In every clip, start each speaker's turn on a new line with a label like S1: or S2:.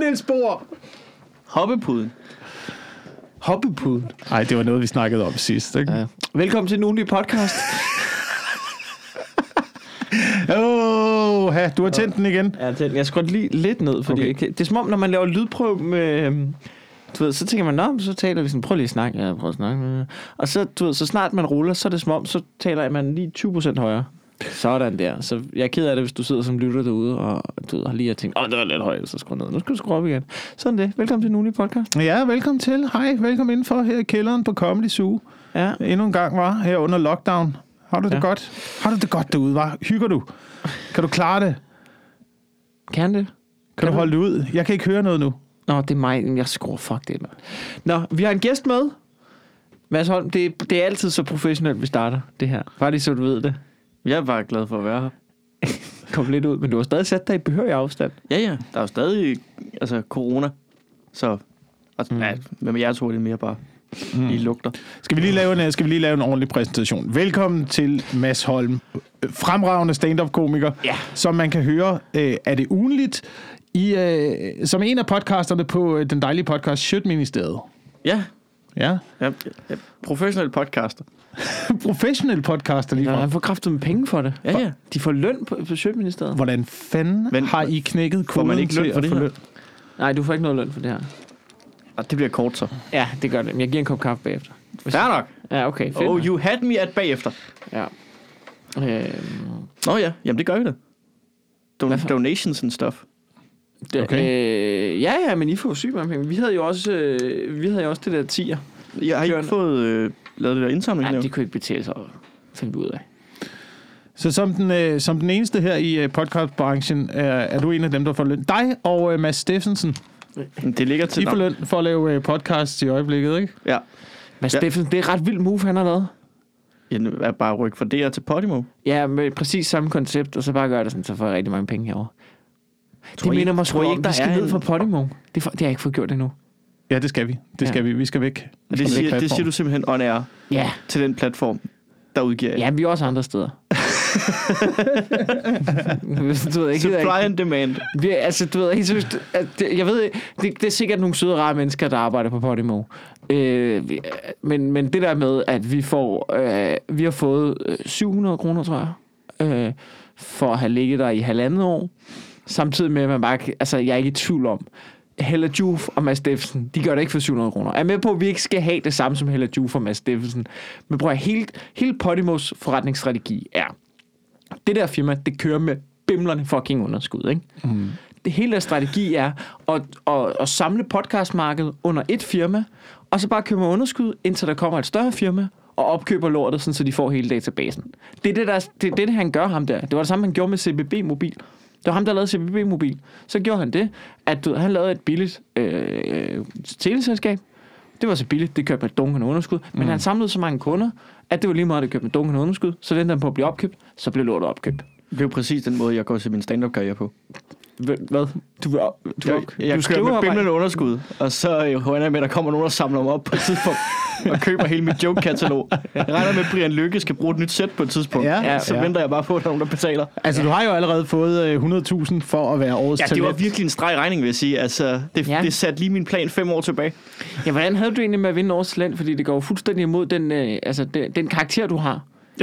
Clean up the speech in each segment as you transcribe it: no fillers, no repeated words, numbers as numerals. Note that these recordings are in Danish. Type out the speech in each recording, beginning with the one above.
S1: Danielsborg.
S2: Hoppepuden.
S1: Hoppepuden. Nej, det var noget, vi snakkede om sidst, ikke?
S2: Ja. Velkommen til Nogen podcast.
S1: Du har tændt den igen.
S2: Ja, jeg skal lige lidt ned, fordi det er som om, når man laver lydprøve med... Du ved, så tænker man, så taler vi sådan, prøv lige at snakke. Ja, prøv at snakke. Og så, du ved, så snart man ruller, så er det som om, så taler man lige 20% højere. Sådan der. Så jeg er ked af det, hvis du sidder som lytter derude, og du ved, har lige tænkt, det var lidt højt, så skru ned. Nu skal du skrue op igen. Sådan det. Velkommen til Nogen podcast.
S1: Ja, velkommen til. Hej, velkommen indenfor her i kælderen på Comedy Zoo.
S2: Ja.
S1: Endnu en gang, var her under lockdown. Har du det godt? Har du det godt derude, var? Hygger du? Kan du klare det?
S2: Kan det?
S1: Kan du holde det ud? Jeg kan ikke høre noget nu.
S2: Nå, det er mig. Jeg skruer fuck det, mand. Nå, vi har en gæst med. Mads Holm, det er altid så professionelt, vi starter det her. Bare lige så du ved det.
S3: Jeg er bare glad for at være her.
S2: Kom lidt ud, men du har stadig sat dig i behørig afstand.
S3: Ja. Der er jo stadig corona. Så med jeres tror det mere bare lige lugter.
S1: Skal vi lige lave en ordentlig præsentation. Velkommen til Mads Holm, fremragende stand-up-komiker, som man kan høre, er det ugenligt, som en af podcasterne på den dejlige podcast Sjøtministeriet.
S3: Ja.
S1: Ja.
S3: Professionel podcaster.
S1: Professionel podcaster lige fra.
S2: Han får kraftet med penge for det.
S3: Ja.
S2: De får løn på Sjøtministeriet.
S1: Hvordan fanden har I knækket koden
S3: man ikke løn
S1: til
S3: for
S1: at
S3: det
S1: få
S3: her?
S1: løn?
S2: Nej, du får ikke noget løn for det her.
S3: Det bliver kort så.
S2: Ja, det gør det. Men jeg giver en kop kaffe bagefter.
S3: Fair nok.
S2: Ja, okay. Fedt.
S3: Oh, you had me at bagefter.
S2: Ja.
S3: Nå ja, jamen det gør vi da. Donations and stuff.
S1: Okay.
S2: Ja, men I får sygt mange penge. Vi havde jo også det der 10'er.
S3: Jeg har ikke fået lavet det der indsamling.
S2: Nej, det kunne ikke betale sig at finde ud af.
S1: Så som den eneste her i podcastbranchen, er du en af dem, der får løn. Dig og Mads Steffensen.
S3: Det ligger til
S1: I får løn for at lave podcasts i øjeblikket, ikke?
S3: Ja.
S2: Mads Steffensen, det er ret vildt move, han har lavet.
S3: Jeg er bare rykke fra DR til Podimo.
S2: Ja, med præcis samme koncept, og så bare gøre det sådan, så får jeg rigtig mange penge herovre. Det minder mig sgu om, der skal ned fra Podimo. Det har jeg ikke fået gjort endnu.
S1: Ja, det skal vi. Vi skal væk.
S3: Det siger du simpelthen on air til den platform, der udgiver
S2: Ja, vi er også andre steder. Du ved,
S3: supply and demand.
S2: Du ved, helt seriøst, jeg ved, det er sikkert nogle søde, rare mennesker, der arbejder på Podimo. Men det der med, at vi har fået 700 kroner, tror jeg, for at have ligget der i 1,5 år. Samtidig med, at man bare... jeg er ikke i tvivl om, Hella Juf og Mads Steffensen, de gør det ikke for 700 kroner. Jeg er med på, at vi ikke skal have det samme som Hella Juf og Mads Steffensen. Men prøv at hele Podimos forretningsstrategi er, det der firma, det kører med bimlerne fucking underskud, ikke? Mm. Det hele der strategi er at samle podcastmarkedet under et firma, og så bare købe med underskud, indtil der kommer et større firma, og opkøber lortet, sådan, så de får hele databasen. Det er det, han gør ham der. Det var det samme, han gjorde med CBB Mobil. Det var ham, der lavede CBB Mobil. Så gjorde han det, at han lavede et billigt teleselskab. Det var så billigt, det kørte med dunkende underskud. Men han samlede så mange kunder, at det var lige meget, det kørte med dunkende underskud. Så ventede han på at blive opkøbt, så blev lortet opkøbt.
S3: Det er jo præcis den måde, jeg går til min stand-up-karriere på.
S2: Hvad?
S3: Jeg kører med bimlende underskud, og så håber jeg med, at der kommer nogen, der samler mig op på et tidspunkt og køber hele mit joke-katalog. Jeg regner med, at Brian Lykke skal bruge et nyt sæt på et tidspunkt. Så venter jeg bare på, at der er nogen, der betaler.
S1: Altså, du har jo allerede fået 100.000 for at være årets talent.
S3: Ja, det var virkelig en streg regning, vil jeg sige. Altså, det satte lige min plan 5 år tilbage.
S2: Ja, hvordan havde du egentlig med at vinde årets talent? Fordi det går jo fuldstændig imod den karakter, du har.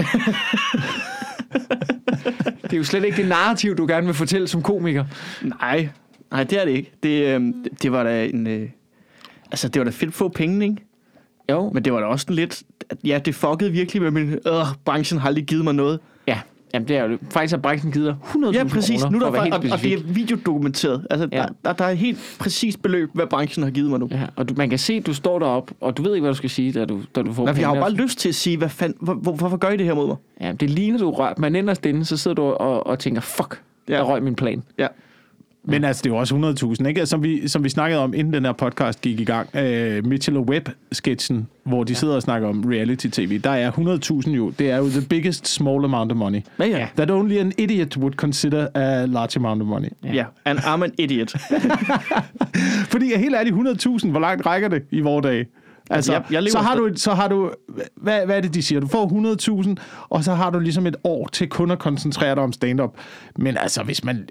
S2: Det er jo slet ikke det narrativ, du gerne vil fortælle som komiker.
S3: Nej, det er det ikke. Det var da det var da fedt få penge, ikke?
S2: Jo.
S3: Men det var da også lidt... Ja, det fuckede virkelig med min... branchen har aldrig givet mig noget.
S2: Ja, jamen det er jo... Faktisk har branchen givet dig 100.000
S3: Ja, præcis.
S2: kroner,
S3: Nu
S2: for at være helt
S3: og det er videodokumenteret. Altså, der er et helt præcist beløb, hvad branchen har givet mig nu.
S2: Ja, og man kan se, at du står deroppe, og du ved ikke, hvad du skal sige, da du får penge.
S3: Jeg har jo bare lyst til at sige, hvorfor gør I det her mod mig?
S2: Ja, det ligner du rørt. Men inderst inde, så sidder du og tænker, fuck, jeg røg min plan.
S3: Ja.
S1: Men altså, det er jo også 100.000, ikke? Som vi snakkede om, inden den her podcast gik i gang. Mitchell & Webb-sketchen, hvor de sidder og snakker om reality-tv. Der er 100.000 jo. Det er jo the biggest small amount of money.
S3: Ja.
S1: That only an idiot would consider a large amount of money.
S3: Ja, and I'm an idiot.
S1: Fordi helt ærligt, 100.000, hvor langt rækker det i vores dage? Altså, så har du hvad er det, de siger? Du får 100.000, og så har du ligesom et år til kun at koncentrere dig om stand-up. Men altså, hvis man...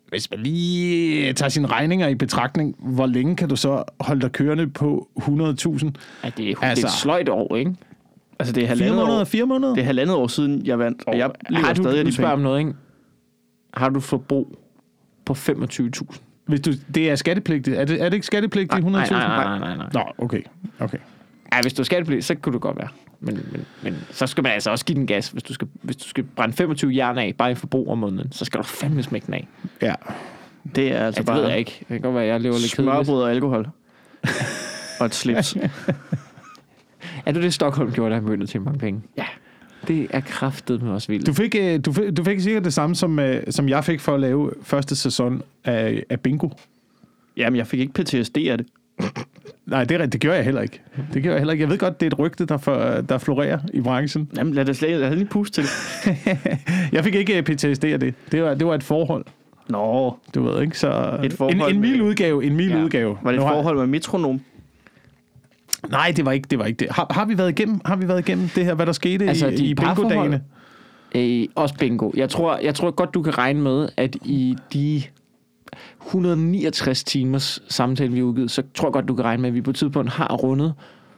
S1: hvis man lige tager sine regninger i betragtning, hvor længe kan du så holde dig kørende på 100.000?
S2: Ja, det er et sløjt år, ikke?
S3: Altså, det er
S1: 4 måneder?
S3: Det er 1,5 år siden, jeg vandt, og jeg lever stadig af de penge.
S2: Om noget, ikke? Har du forbrug på 25.000?
S1: Hvis det er skattepligtigt. Er det ikke skattepligtigt i 100.000?
S2: Nej.
S1: Nå, okay.
S2: Ja, hvis du er skattepligtigt, så kunne det godt være. Men så skal man altså også give den gas. Hvis du skal brænde 25 jern af, bare i forbrug om måneden, så skal du fandme smække den af.
S1: Ja.
S3: Det er altså
S2: det
S3: bare...
S2: ved jeg ikke. Det kan godt være, jeg lever lidt kedeligt.
S3: Smørbrød og alkohol. Og et slips.
S2: Er det Stockholm gjorde, der har mødtet til mange penge? Ja. Det er kraftedeme også vildt.
S1: Du fik sikkert det samme, som jeg fik for at lave første sæson af Bingo.
S3: Jamen, jeg fik ikke PTSD af det.
S1: Nej, det gjorde jeg heller ikke. Jeg ved godt, det er et rygte, der florerer i branchen.
S3: Jamen, lad det lige puste til.
S1: Jeg fik ikke PTSD af det. Det var et forhold.
S3: Nå.
S1: Du ved ikke, så...
S3: Et forhold
S1: en mild udgave.
S3: Var det et forhold med metronom?
S1: Nej, det var ikke det. Har vi været igennem det her, hvad der skete i bingo-dagene?
S2: Også bingo. Jeg tror godt, du kan regne med, at i de 169 timers samtale, vi har udgivet, så tror jeg godt, du kan regne med, at vi på et tidspunkt har rundet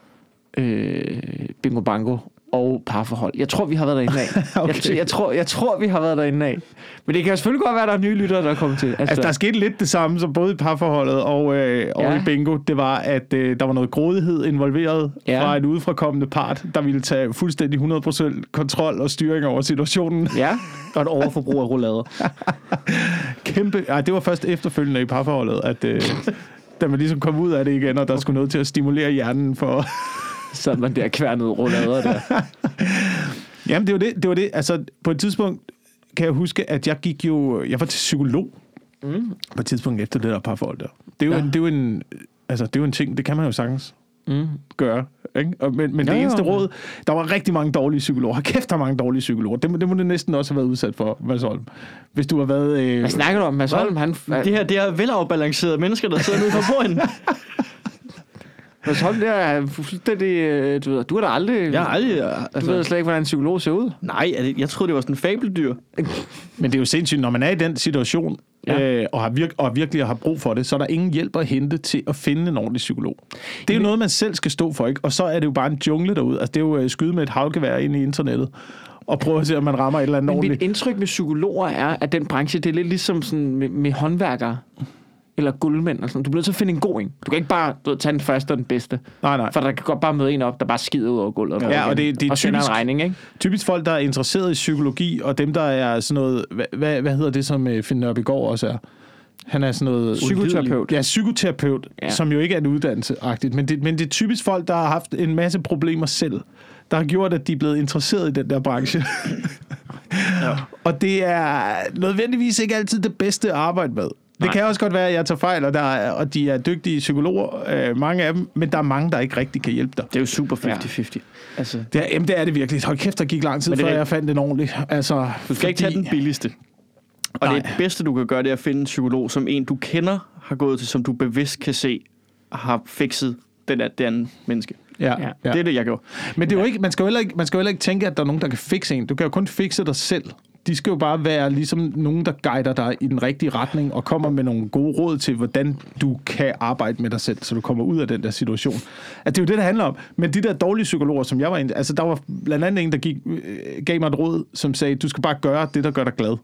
S2: bingo bango og parforhold. Jeg tror, vi har været derinde af. Okay. Jeg tror, vi har været derinde af. Men det kan selvfølgelig godt være, at der er nye lyttere, der er kommet til.
S1: Altså, der skete lidt det samme, som både i parforholdet og i bingo. Det var, at der var noget grådighed involveret fra en udefrakommende part, der ville tage fuldstændig 100% kontrol og styring over situationen.
S3: Ja, og et overforbrug af roulader.
S1: Kæmpe. Ej, det var først efterfølgende i parforholdet, at da man ligesom kom ud af det igen, og der skulle noget til at stimulere hjernen for...
S2: Så man der kværnede roulader der.
S1: Jamen, det var det. Altså, på et tidspunkt kan jeg huske, at jeg var til psykolog på et tidspunkt efter det der parforhold der. Det er jo en ting, det kan man jo sagtens gøre. Ikke? Men det eneste råd, der var rigtig mange dårlige psykologer. Hold kæft, der er mange dårlige psykologer. Det må det næsten også have været udsat for, Mads Holm. Hvis du har været...
S2: Hvad snakker du om, Mads Holm?
S3: Det er velafbalancerede mennesker, der sidder nede på bordet.
S2: Mads Holm, det er fuldstændig... Du har da aldrig...
S3: Jeg har aldrig...
S2: Du ved slet ikke, hvordan en psykolog ser ud.
S3: Nej, jeg troede, det var sådan en fabeldyr.
S1: Men det er jo sindssygt, når man er i den situation, og virkelig har brug for det, så er der ingen hjælp at hente til at finde en ordentlig psykolog. Det er jo noget, man selv skal stå for, ikke? Og så er det jo bare en jungle derude. Altså, det er jo skyde med et havlgevær ind i internettet, og prøve at se, om man rammer et eller andet ordentligt.
S2: Mit indtryk med psykologer er, at den branche, det er lidt ligesom sådan med håndværkere. Eller guldmænd. Altså. Du bliver nødt til at finde en god en. Du kan ikke bare tage den første og den bedste.
S1: Nej.
S2: For der kan godt bare møde en op, der bare skider ud over gulvet.
S1: Ja, og det er
S2: typisk, en regning, ikke?
S1: Typisk folk, der er interesseret i psykologi, og dem, der er sådan noget... Hvad hedder det, som Finn Nørbegaard også er? Han er sådan noget...
S2: Psykoterapeut.
S1: Ja, psykoterapeut, som jo ikke er en uddannelse-agtigt. Men det er typisk folk, der har haft en masse problemer selv, der har gjort, at de er blevet interesseret i den der branche. Ja. Og det er nødvendigvis ikke altid det bedste at arbejde med. Det kan også godt være, at jeg tager fejl, og de er dygtige psykologer, mange af dem, men der er mange, der ikke rigtig kan hjælpe dig.
S3: Det er jo super 50-50. Altså.
S1: Det er det virkelig. Hold kæft, der gik lang tid, før jeg fandt den ordentligt. Altså,
S3: du skal ikke tage den billigste. Og det bedste, du kan gøre, det er at finde en psykolog, som en, du kender, har gået til, som du bevidst kan se, har fikset det andet menneske.
S1: Ja.
S3: Det er det, jeg gør.
S1: Men det er jo ikke, man skal jo heller ikke tænke, at der er nogen, der kan fikse en. Du kan jo kun fikse dig selv. De skal jo bare være ligesom nogen, der guider dig i den rigtige retning og kommer med nogle gode råd til, hvordan du kan arbejde med dig selv, så du kommer ud af den der situation. At det er jo det handler om. Men de der dårlige psykologer, som jeg var inde, altså der var blandt andet en, der gav mig et råd, som sagde, du skal bare gøre det, der gør dig glad.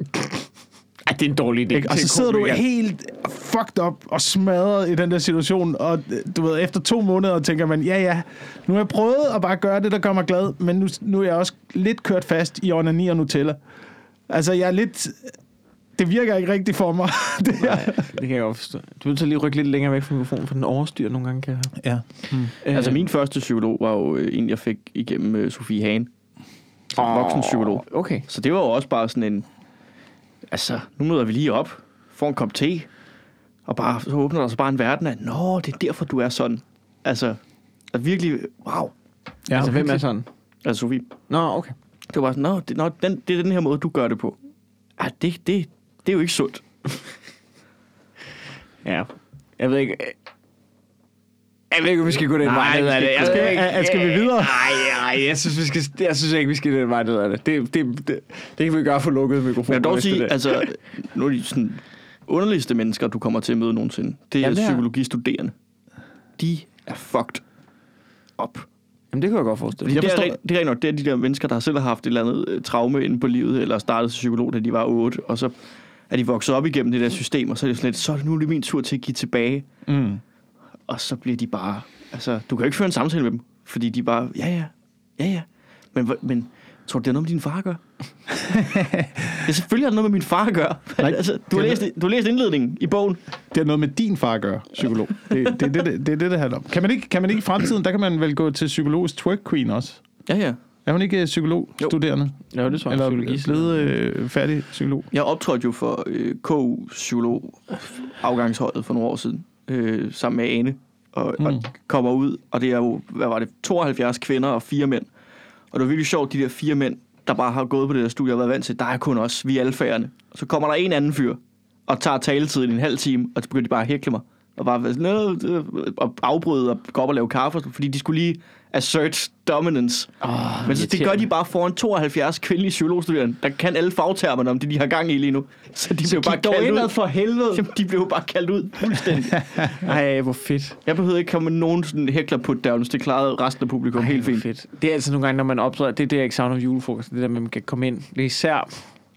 S2: Det er en dårlig idé.
S1: Og så sidder du helt fucked up og smadret i den der situation, og du ved, efter 2 måneder tænker man, nu har jeg prøvet at bare gøre det, der gør mig glad, men nu er jeg også lidt kørt fast i onani og Nutella. Altså, jeg er lidt... Det virker ikke rigtigt for mig.
S2: Nej, det kan jeg godt forstå. Du vil så lige rykke lidt længere væk fra mikrofonen, for den overstyrer nogle gange, kan jeg have.
S1: Ja.
S3: Altså, min første psykolog var jo en, jeg fik igennem Sofie Hagen. Voksen psykolog.
S2: Okay.
S3: Så det var jo også bare sådan en... Altså, nu møder vi lige op, får en kop te, og så åbner der så bare en verden af, nå, det er derfor, du er sådan. Altså, er virkelig, wow.
S2: Ja, altså, hvem er sådan?
S3: Altså, Sofie.
S2: Nå, okay.
S3: Det var sådan, det er den her måde, du gør det på. Det er jo ikke sundt.
S2: Ja, jeg ved ikke... Jeg ved ikke, om vi skal gå den vej ned af det.
S1: Skal vi videre?
S2: Nej, jeg synes ikke, vi skal den vej ned af det. Det kan vi gøre for lukket mikrofon.
S3: Men jeg vil dog sige, altså, nogle af de sådan underligste mennesker, du kommer til at møde nogensinde, det er psykologistuderende. De er fucked up.
S2: Jamen, det kan jeg godt forestille.
S3: Det er rigtig nok, det er de der mennesker, der selv har haft et eller andet traume inde på livet, eller startet som psykolog, da de var 8, og så er de vokset op igennem det der system, og så er det sådan lidt, så er det nu min tur til at give tilbage. Og så bliver de bare, altså, du kan jo ikke føre en samtale med dem, fordi de bare, ja. Men tror du, det er noget med din far at gøre? Det er selvfølgelig noget med min far at gøre. Altså, du har læst indledningen i bogen.
S1: Det er noget med din far at gøre, psykolog. Det er det handler om. Kan man ikke i fremtiden, der kan man vel gå til psykologisk twerk queen også?
S3: Ja.
S1: Er hun ikke psykologstuderende?
S2: Jo, det tror jeg.
S1: Eller blevet færdig psykolog?
S3: Jeg optrådte jo for KU-psykolog-afgangsholdet for nogle år siden, sammen med Ane, og kommer ud, og det er jo, 72 kvinder og 4 mænd. Og det var virkelig sjovt, de der 4 mænd, der bare har gået på det der studie og været vant til, der er kun os, vi er alfagerne. Og så kommer der en anden fyr, og tager taletiden i en halv time, og så begynder de bare at hækle mig. Og bare og afbryde og gå op og lave kaffe, fordi de skulle lige assert dominance. Men så det gør de bare foran 72 kvindelige psykologstuderende, der kan alle fagtermerne om det, de har gang i lige nu. Så de blev bare kaldt ud.
S2: For helvede.
S3: Jamen, de blev bare kaldt ud fuldstændig.
S2: Ej, hvor fedt.
S3: Jeg behøvede ikke komme med nogen sådan hækler på down, det klarede resten af publikum helt fint.
S2: Fedt. Det er altså nogle gange, når man optræder, det er det, jeg ikke savner om julefrokosten, det der med, at man kan komme ind. Det er især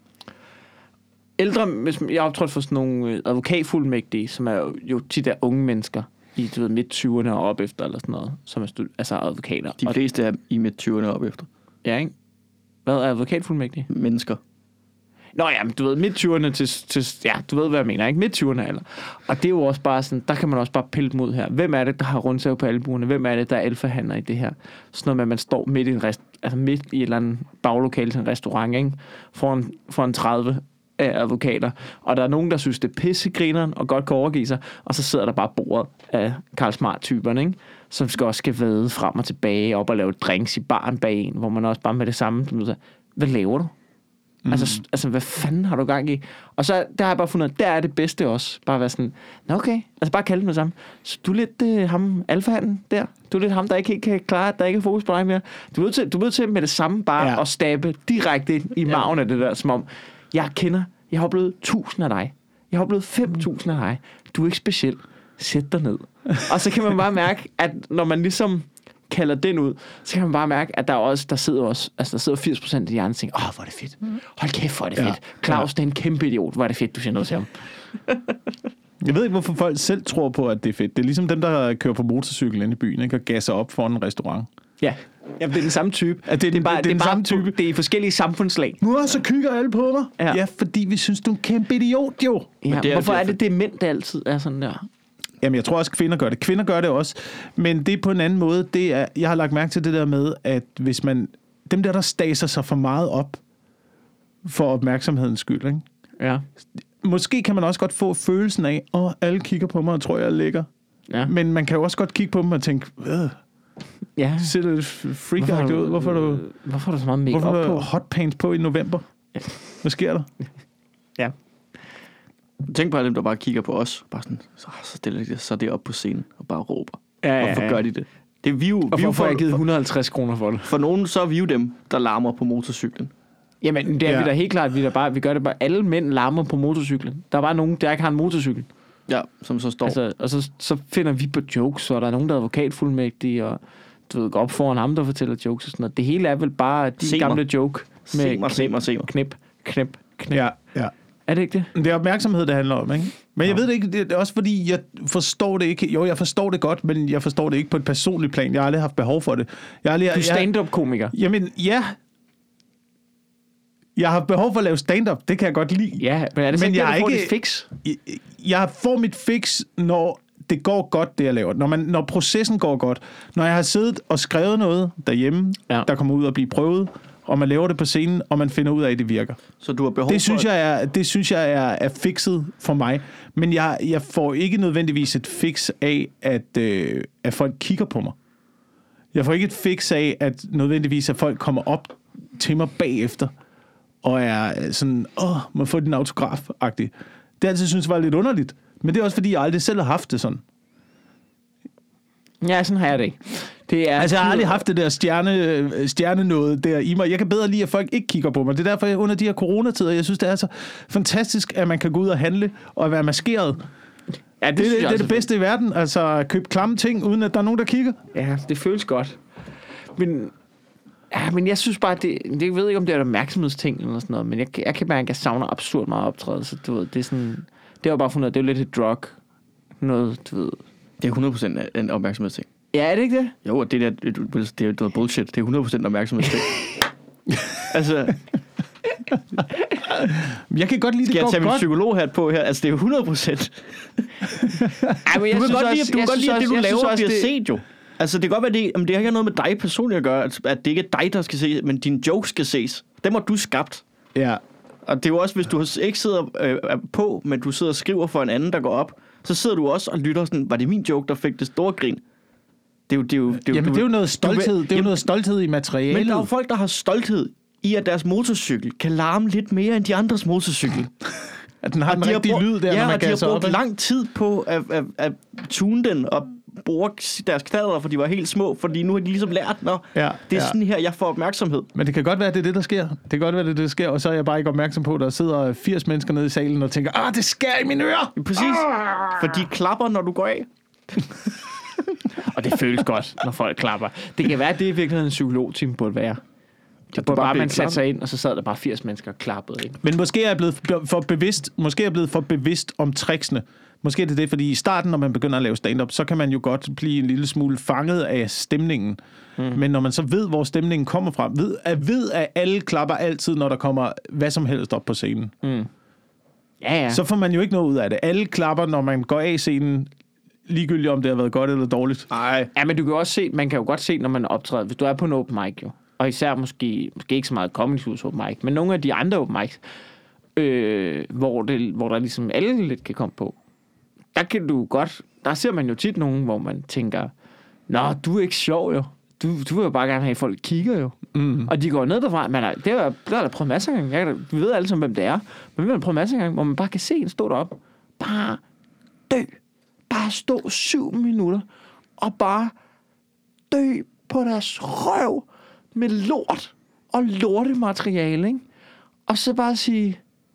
S2: ældre, hvis jeg optrådte for sådan nogle advokatfuldmægtige, som er jo tit der unge mennesker i midt-20'erne og op efter, eller sådan noget, som er altså advokater.
S3: De fleste er i midt-20'erne og op efter.
S2: Ja, ikke? Hvad er advokatfuldmægtige?
S3: Mennesker.
S2: Nå ja, men du ved, midt-20'erne til ja, du ved, hvad jeg mener, ikke? Midt-20'erne, eller. Og det er jo også bare sådan, der kan man også bare pille dem ud her. Hvem er det, der har rundsav på albuerne? Hvem er det, der er alfahandler i det her? Sådan noget med, at man står midt i et eller andet baglokale til en restaurant, ikke? Foran 30 advokater, og der er nogen, der synes, det er pissegrineren og godt kan overgive sig, og så sidder der bare bordet af Karl Smart-typerne, ikke? Som skal vade frem og tilbage op og lave drinks i baren bag en, hvor man også bare med det samme, hvad laver du? Altså, hvad fanden har du gang i? Og så, der har jeg bare fundet, der er det bedste også. Bare være sådan, nå okay, altså bare kalde dem det samme. Så du er lidt ham, alfahanden der. Du er lidt ham, der ikke helt kan klare, der ikke er fokus på dig mere. Du er nødt til med det samme bare at stabbe direkte ind i maven af det der, som om, jeg har oplevet 1000 af dig. Jeg har oplevet 5000 af dig. Du er ikke speciel. Sæt dig ned. Og så kan man bare mærke, at når man ligesom kalder den ud, så kan man bare mærke, at der sidder 80% af hjernen og tænker, hvor er det fedt. Hold kæft, hvor er det fedt. Claus, det er en kæmpe idiot. Hvor er det fedt, du siger noget til ham.
S1: Jeg ved ikke, hvorfor folk selv tror på, at det er fedt. Det er ligesom dem, der kører på motorcykel inde i byen, ikke? Og gasser op foran en restaurant.
S2: Ja. Jamen, det er den samme type.
S1: Det er den samme type.
S2: Det er forskellige samfundslag.
S1: Nu så kigger alle på mig. Ja, fordi vi synes, du er en kæmpe idiot, jo.
S2: Ja, hvorfor er det mænd, der altid er sådan der?
S1: Jamen, jeg tror også, kvinder gør det. Kvinder gør det også. Men det er på en anden måde. Det er, jeg har lagt mærke til det der med, at hvis man... Dem der staser sig for meget op for opmærksomhedens skyld, ikke?
S2: Ja.
S1: Måske kan man også godt få følelsen af, alle kigger på mig og tror, jeg er lækker. Ja. Men man kan jo også godt kigge på dem og tænke,
S2: ja.
S1: Ser det freak-agtigt ud? Hvorfor
S2: er der så meget make-up på?
S1: Hvorfor er der hotpants på i november? Hvad sker der?
S2: Ja.
S3: Tænk bare dem, der bare kigger på os. Bare sådan, så stiller de så det op på scenen og bare råber.
S2: Ja.
S3: Hvorfor gør de det? Det er vi jo,
S2: og hvorfor har jeg givet 150 kroner for det?
S3: For nogen, så er vi jo dem, der larmer på motorcyklen.
S2: Jamen, det er vi da helt klart. Vi gør det bare. Alle mænd larmer på motorcyklen. Der er bare nogen, der ikke har en motorcykel.
S3: Ja, som så står.
S2: Altså, og så finder vi på jokes, og der er nogen, der er advokatfuldmægtige, og du ved, går op foran ham, der fortæller jokes og sådan noget. Det hele er vel bare de gamle joke med knip.
S1: Ja.
S2: Er det ikke det?
S1: Det er opmærksomhed, det handler om, ikke? Men jeg ved det ikke, det er også fordi, jeg forstår det ikke. Jo, jeg forstår det godt, men jeg forstår det ikke på et personligt plan. Jeg har aldrig haft behov for det.
S2: Du er stand-up-komiker.
S1: Jamen, ja. Jeg har behov for at lave stand-up, det kan jeg godt lide.
S2: Ja, men er det sådan, at du får dit fix?
S1: Jeg får mit fix, når det går godt, det jeg laver. Når processen går godt. Når jeg har siddet og skrevet noget derhjemme, der kommer ud og bliver prøvet, og man laver det på scenen, og man finder ud af, at det virker.
S3: Så du har behov
S1: det synes jeg er fixet for mig. Men jeg får ikke nødvendigvis et fix af, at folk kigger på mig. Jeg får ikke et fix af, at nødvendigvis, at folk kommer op til mig bagefter, og er sådan, må få din autograf-agtigt. Det altid synes jeg var lidt underligt. Men det er også, fordi jeg aldrig selv har haft det sådan.
S2: Ja, sådan har jeg det ikke. Det er
S1: altså, jeg har aldrig haft det der stjernenåde der i mig. Jeg kan bedre lide, at folk ikke kigger på mig. Det er derfor, under de her coronatider, jeg synes, det er så fantastisk, at man kan gå ud og handle og være maskeret. Ja, det er det bedste i verden. Altså, købe klamme ting, uden at der er nogen, der kigger.
S2: Ja, det føles godt. Men jeg synes bare, jeg ved ikke, om det er et opmærksomhedsting eller sådan noget, men jeg kan mærke, at jeg savner absurd meget optræde. Så du ved, det er sådan... Det var bare fundet, det er jo lidt et drug. Noget, du ved...
S3: Det er 100% en opmærksomhedsting.
S2: Ja, er det ikke det?
S3: Jo, det er noget bullshit. Det er 100% en opmærksomhedsting. Altså...
S1: Jeg kan godt lide det.
S3: Skal jeg tage min psykologhat på her? Altså, det er 100%.
S2: Ej, men du kan godt lide,
S3: at det, du laver, bliver set jo. Altså, det kan godt være, det har ikke noget med dig personligt at gøre, at det ikke er dig, der skal ses, men dine jokes skal ses. Dem har du skabt.
S1: Ja.
S3: Og det er jo også, hvis du ikke sidder på, men du sidder og skriver for en anden, der går op, så sidder du også og lytter sådan, var det min joke, der fik det store grin?
S1: Det er jo noget stolthed. Det er jo noget stolthed i materialet.
S3: Men der er jo folk, der har stolthed i, at deres motorcykel kan larme lidt mere end de andres motorcykel.
S1: At den har den rigtige lyd der, når man gasser op.
S3: Ja, og de har brugt lang tid på at tune den og bruge deres knalder, for de var helt små, fordi nu har de ligesom lært, det er sådan her, jeg får opmærksomhed.
S1: Men det kan godt være, at det er det, der sker. Det kan godt være, det er det, der sker, og så er jeg bare ikke opmærksom på, at der sidder 80 mennesker nede i salen og tænker, det skærer i mine ører!
S3: Præcis. For de klapper, når du går af.
S2: Og det føles godt, når folk klapper. Det kan være, at det i virkeligheden en psykologteam burde være. Det burde bare man satte sig ind, og så sad der bare 80 mennesker og klappede. Ikke?
S1: Men måske er jeg blevet for bevidst om tricksene. Måske er det det, fordi i starten, når man begynder at lave stand-up, så kan man jo godt blive en lille smule fanget af stemningen. Men når man så ved, hvor stemningen kommer fra, ved at alle klapper altid, når der kommer hvad som helst op på scenen.
S2: Ja.
S1: Så får man jo ikke noget ud af det. Alle klapper, når man går af scenen, ligegyldigt om det har været godt eller dårligt.
S3: Nej.
S2: Ja, men man kan jo godt se, når man optræder, hvis du er på en open mic jo, og især måske ikke så meget Comedy Shows open mic, men nogle af de andre open mics, hvor der ligesom alle lidt kan komme på. Der ser man jo tit nogen, hvor man tænker, nå, du er ikke sjov jo. Du vil jo bare gerne have, at folk kigger jo. Og de går ned derfra. Det har jeg prøvet masser af gange. Vi ved alle sammen, hvem det er. Men vi har prøvet masser af gange, hvor man bare kan se en stå deroppe. Bare dø. Bare stå 7 minutter. Og bare dø på deres røv med lort og lortemateriale, ikke? Og så bare sige,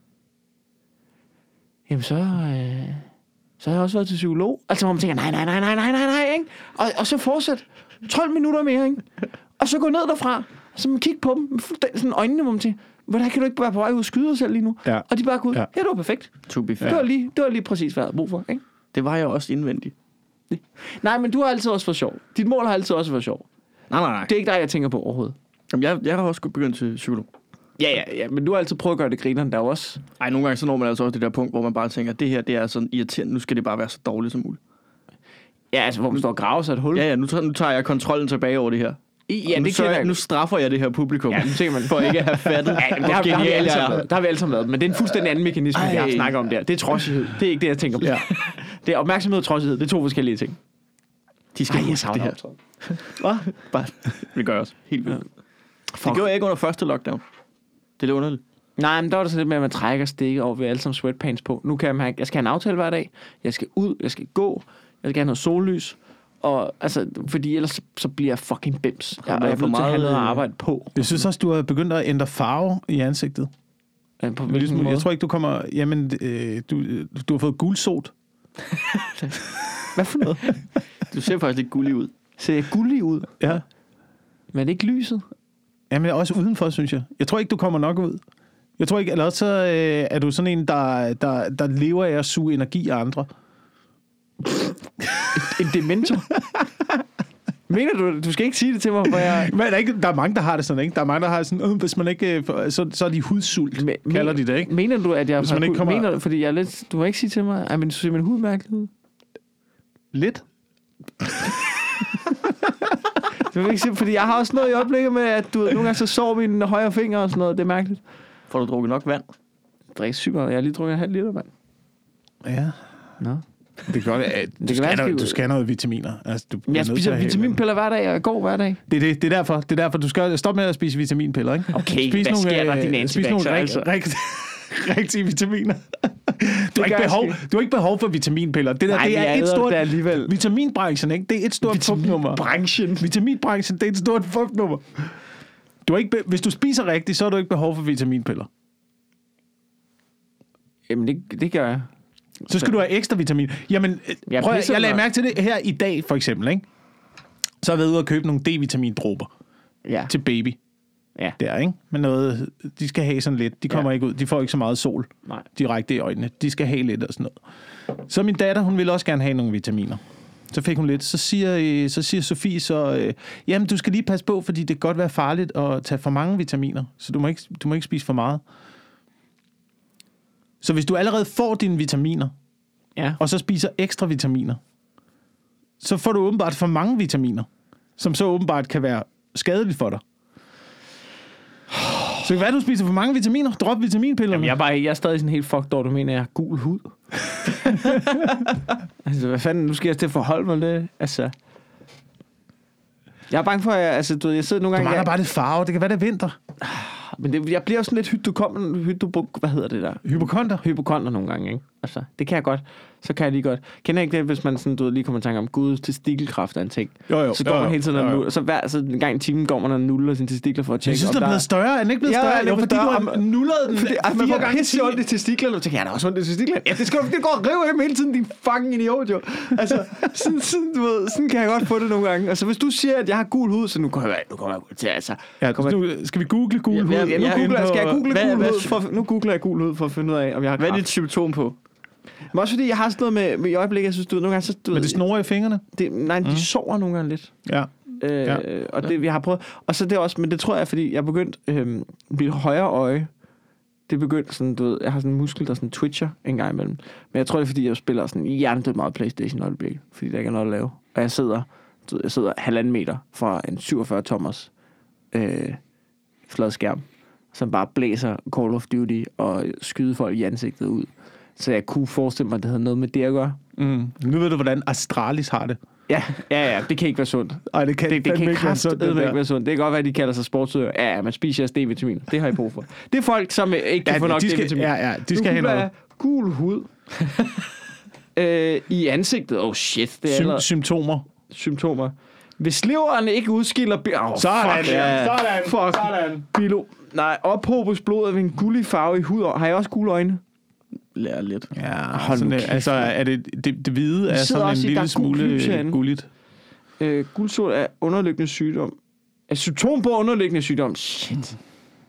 S2: jamen så har jeg også været til psykolog. Altså, hvor man tænker, nej, ikke? Og så fortsæt 12 minutter mere, ikke? Og så gå ned derfra, og så man kigge på dem, sådan øjnene, hvor man tænker, hvordan kan du ikke være på vej ud og skyde dig selv lige nu? Ja. Og de bare går ud, det var perfekt. Det var lige præcis, hvad jeg havde brug for, ikke?
S3: Det var jeg også indvendigt.
S2: Nej, men du har altid også været sjov. Dit mål har altid også været sjov.
S3: Nej.
S2: Det er ikke dig, jeg tænker på overhovedet.
S3: Jamen, jeg har også begyndt til psykolog.
S2: Ja, men du har altid prøvet at gøre det grineren der også.
S3: Ej, nogle gange så når man altså også det der punkt, hvor man bare tænker, det her, det er sådan irriterende, nu skal det bare være så dårligt som muligt.
S2: Ja, altså hvor man står og graver sig et hul.
S3: Ja, nu tager jeg kontrollen tilbage over det her.
S2: Ja,
S3: nu straffer jeg det her publikum.
S2: Ja, nu tænker man
S3: for ikke at have fattet.
S2: Ja, der har vi alle sammen lavet. Men det er en fuldstændig anden mekanisme, vi har snakket om der. Det er trodsighed. Det er ikke det, jeg tænker på. Ja. Det er opmærksomhed og trodsighed. Det er 2 forskellige ting.
S3: De skal huske det her. Hvad? Bare, det gør jeg også. Helt vildt. Det gjorde jeg ikke under første lockdown. Det er lidt underligt.
S2: Nej, men der var det så lidt med, at man trækker stikke over ved alle sammen sweatpants på. Nu kan jeg skal have en aftale hver dag. Jeg skal ud, jeg skal gå, jeg skal have noget sollys. Og altså, fordi ellers så bliver jeg fucking bims. Jeg er nødt til at have noget at arbejde på.
S1: Jeg synes også, du har begyndt at ændre farve i ansigtet.
S2: På hvilken måde?
S1: Jeg tror ikke, du kommer... Jamen, du har fået gulsot.
S2: Hvad for noget?
S3: Du ser faktisk lidt gullig ud.
S2: Ser jeg gullig ud?
S1: Ja.
S2: Men er det ikke lyset?
S1: Jamen, også udenfor, synes jeg. Jeg tror ikke, du kommer nok ud. Jeg tror ikke... Eller så er du sådan en, der lever af at suge energi af andre.
S2: En dementor? Mener du skal ikke sige det til mig, for jeg...
S1: Men der er mange, der har det sådan, ikke? Der er mange, der har det sådan, hvis man ikke... Så er de hudsult, kalder de det, ikke?
S2: Mener du, at jeg... Hvis man ikke kommer... Mener du, fordi jeg er lidt... Du må ikke sige til mig, at du ser min hud mærkelig ud?
S1: Lidt?
S2: Du vil ikke sige, fordi jeg har også noget i øjeblikket med, at du nogle gange så sover mine højre fingre og sådan noget. Det er mærkeligt.
S3: Får du drukket nok vand?
S2: Jeg drikker sygt meget. Jeg har lige drukket 1,5 liter vand.
S1: Ja.
S2: Nå.
S1: Det kan godt du skal have noget vitaminer. Altså,
S2: jeg spiser vitaminpiller hver dag, og jeg går hver dag.
S1: Det er derfor. Du skal stoppe med at spise vitaminpiller, ikke?
S2: Okay, hvad sker der, din anti-vaxxer?
S1: Spis nogle rigtige vitaminer. Du har ikke behov for vitaminpiller. Det der, det er et stort...
S2: Det alligevel.
S1: Vitaminbranchen, ikke? Det er et stort fupnummer. Vitaminbranchen, det er et stort fupnummer. Hvis du spiser rigtigt, så har du ikke behov for vitaminpiller.
S2: Jamen, det gør jeg.
S1: Så skal du have ekstra vitamin. Jamen, jeg lagde mærke til det her i dag, for eksempel, ikke? Så har jeg været ude og købe nogle D-vitamindråber til baby.
S2: Ja.
S1: Der, ikke? Men noget, de skal have sådan lidt. De kommer ikke ud. De får ikke så meget sol direkte i øjnene. De skal have lidt og sådan noget. Så min datter, hun ville også gerne have nogle vitaminer. Så fik hun lidt. Så siger Sofie jamen, du skal lige passe på, fordi det kan godt være farligt at tage for mange vitaminer. Så du må ikke spise for meget. Så hvis du allerede får dine vitaminer, og så spiser ekstra vitaminer, så får du åbenbart for mange vitaminer, som så åbenbart kan være skadeligt for dig. Så det kan være, du spiser for mange vitaminer. Drop vitaminpillerne.
S2: Jamen, jeg er stadig sådan helt fucked over, du mener, jeg har gul hud. Altså, hvad fanden, nu skal jeg til at forholde mig det. Altså, jeg er bange for, at jeg sidder nogle gange...
S1: Du mangler bare det farve. Det kan være, det er vinter.
S2: Men jeg bliver også sådan lidt hvad hedder det der? Hypokonter nogle gange, ikke? Altså, det kan jeg godt. Så kan jeg lige godt. Kender ikke det, hvis man sådan, lige kommer i tanke om Gud, testikelkræft er en ting.
S1: Jo.
S2: Så går man hele tiden og nuller. Så en gang i timen går man og nuller sine testikler for at tjekke.
S1: Jeg synes, det er blevet større. Er den ikke blevet større? Jo, fordi du har nullet den 4 gange.
S2: Pisse ondt i testiklerne. Du tænker, jeg har også ondt i testiklerne. Ja, det går og rive af hele tiden, din fucking idiot, jo. Altså, sådan kan jeg godt få det nogle gange. Altså, hvis du siger, at jeg har gul hud, så nu kommer jeg til, altså...
S1: Ja, skal vi google gul hud?
S2: Ja, nu googler jeg gul hud for at finde ud af, om jeg har kræft.
S3: Hvad er dit symptom på?
S2: Men også fordi, jeg har sådan noget med i øjeblikket, jeg synes, nogle gange... Så,
S1: men det snor i fingrene?
S2: De sover nogle gange lidt.
S1: Ja.
S2: Og det, vi har prøvet... Og så det også... Men det tror jeg, fordi jeg er begyndt... Mit højre øje, det er begyndt sådan, du ved... Jeg har sådan en muskel, der sådan twitcher en gang imellem. Men jeg tror, det er, fordi jeg spiller sådan hjernedødt meget PlayStation i øjeblikket. Fordi der ikke er noget at lave. Og jeg sidder 1,5 meter fra en 47-tommers flad skærm, som bare blæser Call of Duty og skyder folk i ansigtet ud. Så jeg kunne forestille mig, at det havde noget med det at gøre.
S1: Nu ved du, hvordan Astralis har det.
S2: Ja, det kan ikke være sundt.
S1: Ej, det kan
S2: ikke være sundt. Det kan ikke være sundt. Det kan godt være, at de kalder sig sportsøger. Ja, man spiser jeres D-vitamin. Det har I brug for. Det er folk, som ikke kan få nok D-vitamin.
S1: Ja, de skal have noget.
S2: Gul hud. I ansigtet. Oh shit. Det er symptomer. Hvis leveren ikke udskiller...
S1: Sådan.
S2: Bilo. Nej, ophobes blodet ved en gullig farve i hud. Har jeg også gule øjne?
S3: Lærer lidt.
S1: Ja, sådan, altså er det hvide er sådan en lille smule gulligt.
S2: Gulsot er underliggende sygdom. Er symptom på underliggende sygdom? Shit.
S1: Så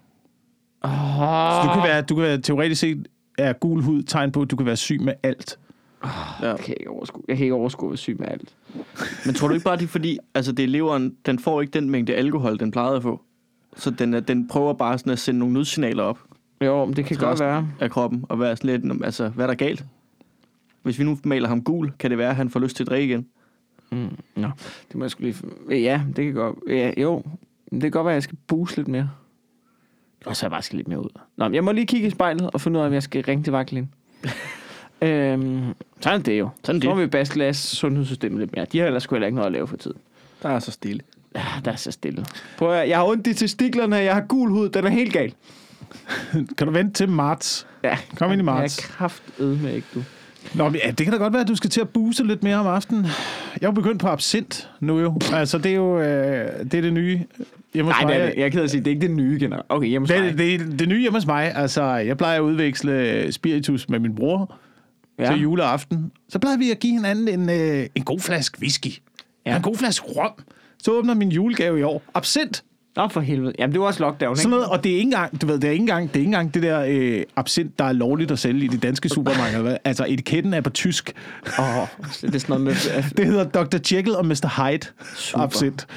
S1: du kan være teoretisk set er gul hud tegn på, at du kan være syg med alt.
S2: Jeg kan ikke overskue at være syg med alt.
S3: Men tror du ikke bare, det er fordi, altså det er leveren, den får ikke den mængde alkohol, den plejede at få. Så den prøver bare sådan at sende nogle nødsignaler op.
S2: Jo, men det kan godt være.
S3: Af kroppen, og være sådan lidt, altså, hvad er der galt? Hvis vi nu maler ham gul, kan det være, at han får lyst til at drikke igen?
S2: Nå, det må jeg sgu lige... Ja, det kan godt... Ja, jo, det kan godt være, at jeg skal booste lidt mere. Og så jeg bare skal lidt mere ud. Nå, men jeg må lige kigge i spejlet og finde ud af, om jeg skal ringe til Vagtlin. Sådan er det jo. Så må vi baske sundhedssystemet lidt mere. De har ellers sgu heller ikke noget at lave for tiden.
S3: Der er så stille.
S2: Ja, der er så stille. Prøv at, jeg har ondt i testiklerne, jeg har gul hud, den er helt gal.
S1: Kan du vente til marts?
S2: Ja.
S1: Kom ind i marts.
S2: Jeg er kraftedme ikke, du.
S1: Nå, ja, det kan da godt være, at du skal til at booste lidt mere om aftenen. Jeg er jo begyndt på absint nu jo. Altså, det er jo det er det nye hjemme hos mig.
S2: Nej, jeg er ked af at sige, det er ikke det nye generelt. Okay, hjemme hos mig.
S1: Det er det nye hjemme hos mig. Altså, jeg plejer at udveksle spiritus med min bror til juleaften. Så plejer vi at give hinanden en god flaske whisky. Ja. En god flaske rom. Så åbner min julegave i år. Absint.
S2: Nå, for helvede. Jamen, det var også lockdown, ikke?
S1: Sådan noget, og det er ikke engang, du ved, det er ikke engang det der absint, der er lovligt at sælge i de danske supermarkeder. Altså, etiketten er på tysk.
S2: Det er sådan noget med...
S1: Det hedder Dr. Jekyll og Mr. Hyde. Super. Absint.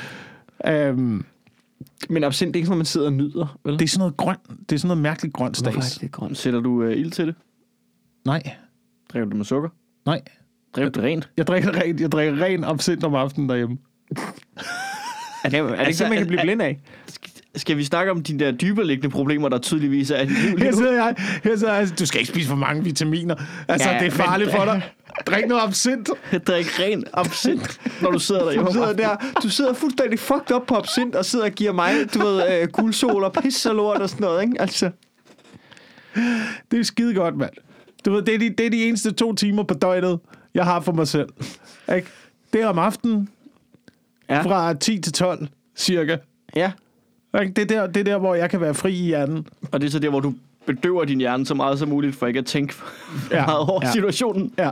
S2: Men absint, det er ikke sådan, man sidder og nyder, vel?
S1: Det er sådan noget grønt. Det er sådan noget mærkeligt grønt stads.
S2: Hvorfor er det grønt?
S3: Sætter du ild til det?
S1: Nej.
S3: Drikker du med sukker?
S1: Nej.
S3: Drikker du rent?
S1: Jeg drikker ren absint om aftenen derhjemme.
S2: Er det ikke det, man kan blive blind af?
S3: Skal vi snakke om de der dybereliggende problemer, der tydeligvis er i dit liv?
S1: Her sidder jeg. Du skal ikke spise for mange vitaminer. Altså, det er farligt for dig. Drik noget absint.
S3: Drik ren absint, når du sidder der.
S2: Du sidder fuldstændig fucked up på absint, og sidder og giver mig, du ved, guldsol og pisse og lort og sådan noget, ikke? Altså.
S1: Det er skide godt, mand. Du ved, det er de eneste 2 timer på døgnet, jeg har for mig selv. Ikke? Det er om aftenen, fra 10 til 12, cirka.
S2: Ja.
S1: Ikke? Det er der, hvor jeg kan være fri i hjernen.
S3: Og det er så der, hvor du bedøver din hjerne så meget som muligt, for ikke at tænke meget over situationen.
S1: Ja.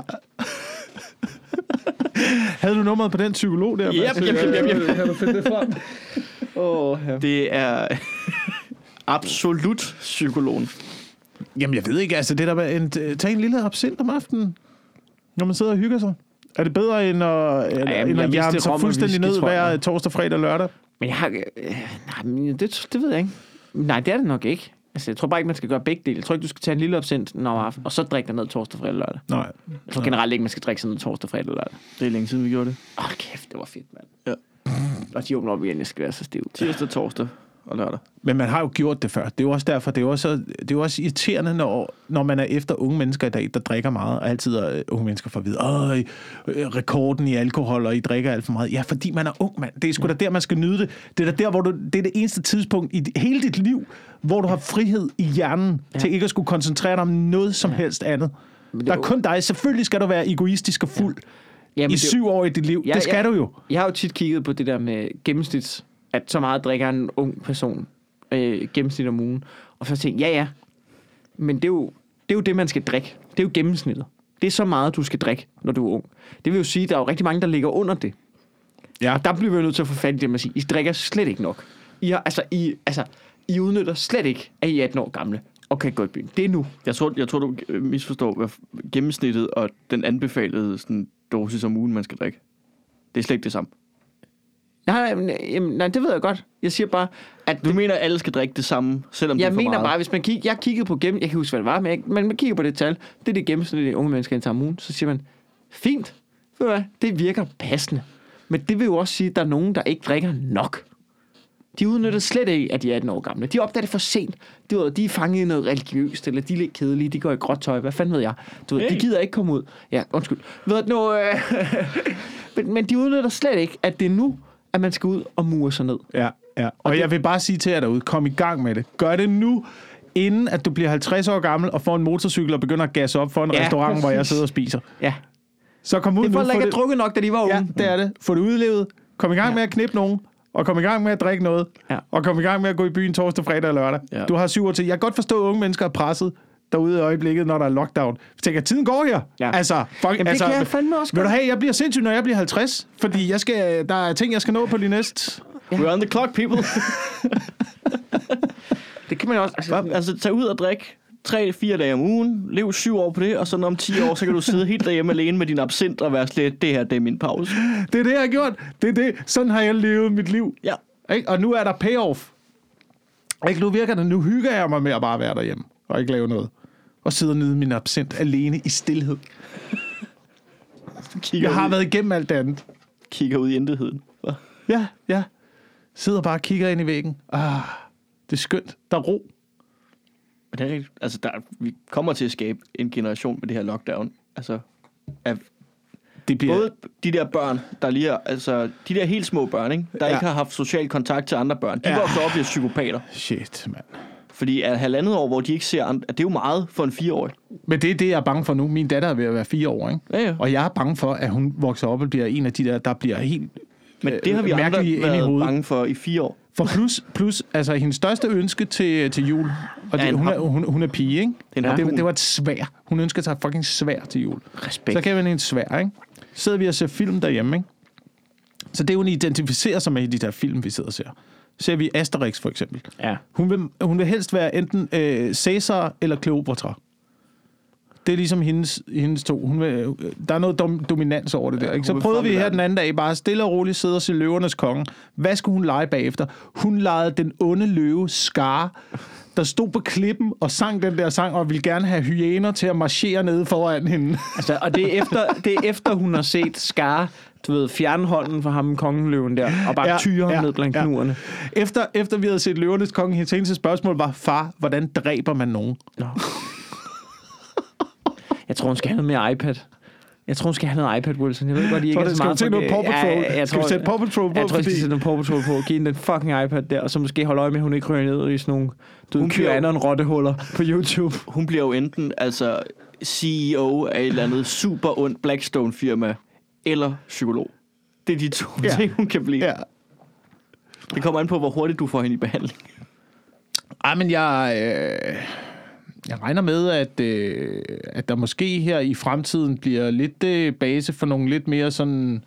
S1: Havde du nummeret på den psykolog der?
S3: Yep.
S1: Kan du finde det frem?
S2: Ja.
S3: Det er absolut psykologen.
S1: Jamen, jeg ved ikke, altså det der med tage en lille absint om aftenen, når man sidder og hygger sig. Er det bedre end at hjerne sig fuldstændig ned hver torsdag, fredag og lørdag?
S2: Men jeg har... det ved jeg ikke. Nej, det er det nok ikke. Altså, jeg tror bare ikke, man skal gøre begge dele. Jeg tror ikke, du skal tage en lille absint om aftenen, og så drikke dig ned torsdag, fredag og lørdag.
S1: Nej.
S2: Jeg tror generelt ikke, man skal drikke sig ned torsdag, fredag og lørdag.
S3: Det er længe siden, vi gjorde det.
S2: Kæft, det var fedt, mand.
S3: Ja.
S2: Og de åbner op igen, jeg skal være så stiv.
S3: Tirsdag, torsdag og lørdag.
S1: Men man har jo gjort det før. Det er jo også derfor, det er jo også irriterende, når man er efter unge mennesker i dag, der drikker meget, og altid er unge mennesker får at vide, rekorden i alkohol, og I drikker alt for meget. Ja, fordi man er ung, mand. Det er sgu da der, man skal nyde det. Det er der, hvor det er det eneste tidspunkt i hele dit liv, hvor du har frihed i hjernen til ikke at skulle koncentrere dig om noget som helst andet. Der er kun dig. Selvfølgelig skal du være egoistisk og fuld i 7 år i dit liv. Det skal du jo. Jeg
S2: har jo tit kigget på det der med gennemsnits, at så meget drikker en ung person gennemsnit om ugen. Og så tænkte jeg, men det er jo det, man skal drikke. Det er jo gennemsnittet. Det er så meget, du skal drikke, når du er ung. Det vil jo sige, at der er jo rigtig mange, der ligger under det. Ja. Og der bliver vi jo nødt til at få fat i det, man siger, I drikker slet ikke nok. I udnytter slet ikke, at I er 18 år gamle og kan gå i byen. Det er nu.
S3: Jeg tror, du misforstår hvad gennemsnittet og den anbefalede sådan, dosis om ugen, man skal drikke. Det er slet ikke det samme.
S2: Nej, det ved jeg godt. Jeg siger bare, at...
S3: Du mener, at alle skal drikke det samme, selvom det er for meget?
S2: Jeg mener bare, hvis man kigger... Jeg kiggede på jeg kan huske, hvad det var, men man kigger på det tal. Det er det gennemsnitlige unge mennesker indtager om ugen. Så siger man, fint. Ved du hvad? Det virker passende. Men det vil jo også sige, at der er nogen, der ikke drikker nok. De udnytter slet ikke, at de er 18 år gamle. De opdager det for sent. De er fanget i noget religiøst, eller de er lidt kedelige. De går i gråt tøj. Hvad fanden ved jeg? De gider ikke komme ud. Ja, undskyld. Ved du nu... men de udnytter slet ikke, at det er nu, at man skal ud og mure sig ned.
S1: Ja. Og jeg vil bare sige til jer derude, kom i gang med det. Gør det nu, inden at du bliver 50 år gammel og får en motorcykel og begynder at gasse op for en restaurant, præcis. Hvor jeg sidder og spiser.
S2: Ja.
S1: Så kom ud
S2: det er
S1: nu.
S2: folk, der ikke har drukket nok, da de var unge.
S1: Ja, det er det. Få det udlevet. Kom i gang med at knippe nogen. Og kom i gang med at drikke noget. Ja. Og kom i gang med at gå i byen torsdag, fredag og lørdag. Ja. Du har 7 år til. Jeg kan godt forstå, at unge mennesker er presset derude i øjeblikket, når der er lockdown. Jeg tænker, tiden går her. Ja. Altså,
S2: det kan jeg fandme også.
S1: Vil du have, jeg bliver sindssyg, når jeg bliver 50. Fordi der er ting, jeg skal nå på de næste...
S3: Ja. We're on the clock, people.
S2: Det kan man også...
S3: Altså, tag ud og drik 3-4 dage om ugen. Lev 7 år på det. Og så om 10 år, så kan du sidde helt derhjemme alene med din absint og være slet, det er min pause.
S1: Det er det, jeg har gjort. Det er det. Sådan har jeg levet mit liv.
S3: Ja.
S1: Ikke? Og nu er der payoff. Ikke? Nu virker det. Nu hygger jeg mig med at bare være derhjemme. Og ikke lave noget. Og sidde og nyde min absint alene i stilhed. Jeg har været igennem alt det andet.
S3: Kigger ud i intetheden.
S1: Ja. Sidder bare og kigger ind i væggen. Det er skønt. Der er ro.
S3: Men det er rigtigt. Altså, vi kommer til at skabe en generation med det her lockdown. Altså, det bliver... Både de der børn, der lige er, altså, de der helt små børn, ikke? Der ikke har haft social kontakt til andre børn. De vokser op og bliver psykopater.
S1: Shit, mand.
S3: Fordi at 1,5 år, hvor de ikke ser andre, det er jo meget for en 4-årig.
S1: Men det er det, jeg er bange for nu. Min datter er ved at være 4 år, ikke?
S3: Ja. Og
S1: jeg er bange for, at hun vokser op og bliver en af de der bliver helt
S3: men det har vi andre været bange for i 4 år.
S1: For plus altså hendes største ønske til jul, og det, hun er pige, ikke? Det var et svær. Hun ønsker sig fucking svær til jul.
S2: Respekt.
S1: Så kan man en svær, ikke? Sidder vi og ser film derhjemme, ikke? Så det, hun identificerer sig med i de der film, vi sidder og ser. Ser vi Asterix, for eksempel.
S2: Ja.
S1: Hun vil helst være enten Caesar eller Kleopatra. Det er ligesom hendes to. Der er noget dominans over det der. Ikke? Så prøvede vi her den anden dag bare stille og roligt sidde og se Løvernes Konge. Hvad skulle hun lege bagefter? Hun legede den onde løve Scar, der stod på klippen og sang den der sang, og ville gerne have hyæner til at marchere nede foran hende.
S2: Altså, og det er efter hun har set Scar, du ved, fjerne hånden fra ham, kongeløven der, og bare tyre ham ned blandt knurrene.
S1: Efter vi havde set Løvernes Konge, hendes eneste spørgsmål var, far, hvordan dræber man nogen?
S2: Jeg tror, hun skal have noget mere iPad. Jeg tror, hun skal have noget iPad, Wilson. Jeg ved godt, I ikke er så meget...
S1: Skal vi sætte Paw Patrol på?
S2: Jeg tror, vi skal sætte noget Paw Patrol på. Giv hende den fucking iPad der, og så måske holde øje med, at hun ikke ryger ned i sådan nogle QAnon-rottehuller på YouTube.
S3: Hun bliver jo enten CEO af et eller andet super ondt Blackstone-firma, eller psykolog. Det er de to ting, hun kan blive. Ja. Det kommer an på, hvor hurtigt du får hende i behandling.
S1: Ej, men jeg regner med, at der måske her i fremtiden bliver lidt base for nogle lidt mere sådan...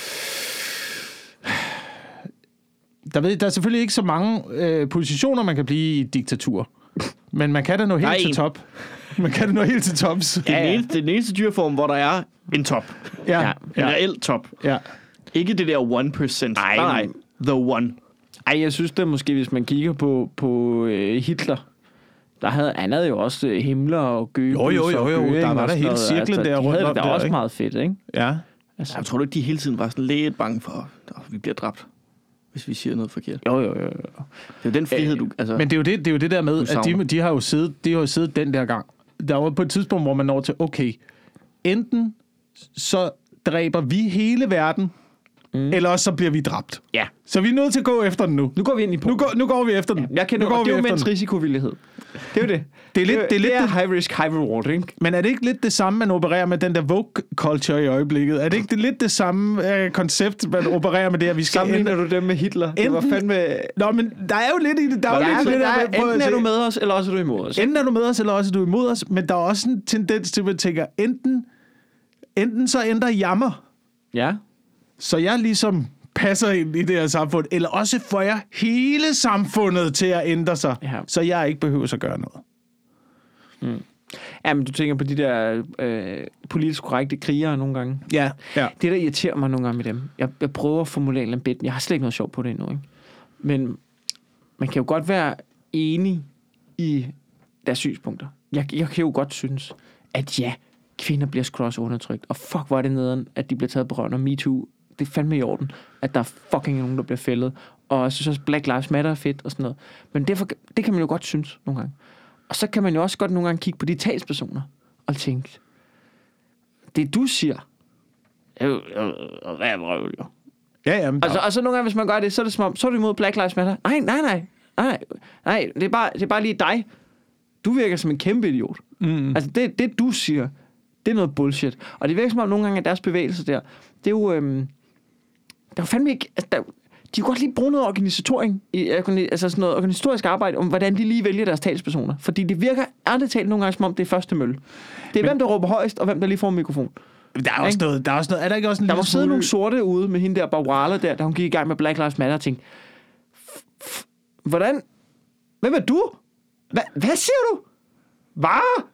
S1: Der er selvfølgelig ikke så mange positioner, man kan blive i et diktatur. Men man kan da nå helt til top. Man kan da nå helt til tops.
S3: Det er den eneste dyreform, hvor der er en top.
S1: Ja.
S3: En reel top.
S1: Ja.
S3: Ikke det der 1%. Nej. The one.
S2: Ej, jeg synes da måske, hvis man kigger på Hitler, han havde jo også Himmler og Goebbels.
S1: Jo. Der var der hele cirklen der rundt om
S2: der. Det var også meget fedt, ikke?
S1: Ja.
S3: Altså, jeg tror du ikke, de hele tiden var sådan lidt bange for, at vi bliver dræbt, hvis vi siger noget forkert?
S2: Jo.
S3: Det er jo den frihed, du... Altså,
S1: men det er jo det der med, at de har jo siddet den der gang. Der var på et tidspunkt, hvor man når til, okay, enten så dræber vi hele verden, eller også så bliver vi dræbt.
S2: Ja.
S1: Så vi er nødt til at gå efter den nu.
S2: Nu går vi ind i Polen.
S1: Nu går vi efter den.
S2: Ja, jeg kender det. Det er jo mænds risikovillighed. Det er jo det. Det er high risk, high reward, ikke?
S1: Men er det ikke lidt det samme, man opererer med den der Vogue culture i øjeblikket? Er det ikke lidt det samme koncept, man opererer med det, at vi skal...
S2: Sammenligner du dem med Hitler? Det var fandme...
S1: Nå, men der er jo lidt i det.
S2: Enten er du med os, eller også er du imod os.
S1: Enten er du med os, eller også er du imod os. Men der er også en tendens til, at man tænker, enten så ændrer jammer.
S2: Ja.
S1: Så jeg ligesom passer ind i det her samfund, eller også får jeg hele samfundet til at ændre sig, så jeg ikke behøver at gøre noget.
S2: Ja, men du tænker på de der politisk korrekte krigere nogle gange.
S1: Ja.
S2: Det, der irriterer mig nogle gange med dem, jeg prøver at formulere en bit, jeg har slet ikke noget sjov på det endnu, ikke? Men man kan jo godt være enig i deres synspunkter. Jeg kan jo godt synes, at kvinder bliver sgu også undertrykt, og fuck, hvor er det nederen, at de bliver taget på røven, og MeToo, det er fandme i orden, at der er fucking nogen, der bliver fældet. Og jeg synes også, Black Lives Matter er fedt og sådan noget. Men det kan man jo godt synes nogle gange. Og så kan man jo også godt nogle gange kigge på de talspersoner og tænke, det du siger,
S1: Ja.
S2: Og så nogle gange, hvis man gør det, så er det som om, så er du imod Black Lives Matter. Nej, det er bare lige dig. Du virker som en kæmpe idiot. Altså, det du siger, det er noget bullshit. Og det virker som om nogle gange, at deres bevægelser der, det er jo... der er jo fandme ikke... Altså, de kan godt lige bruge noget altså sådan noget organisatorisk arbejde om, hvordan de lige vælger deres talspersoner. Fordi det virker ærligt talt nogle gange, som om det er første mølle. Det er hvem, der råber højst, og hvem, der lige får en mikrofon.
S1: Der er også noget... Er der ikke også en
S2: der må sidde nogle sorte ude med hende der Bawala der, da hun gik i gang med Black Lives Matter og tænkte, hvordan... Hvem er du? Hvad siger du? Hvad?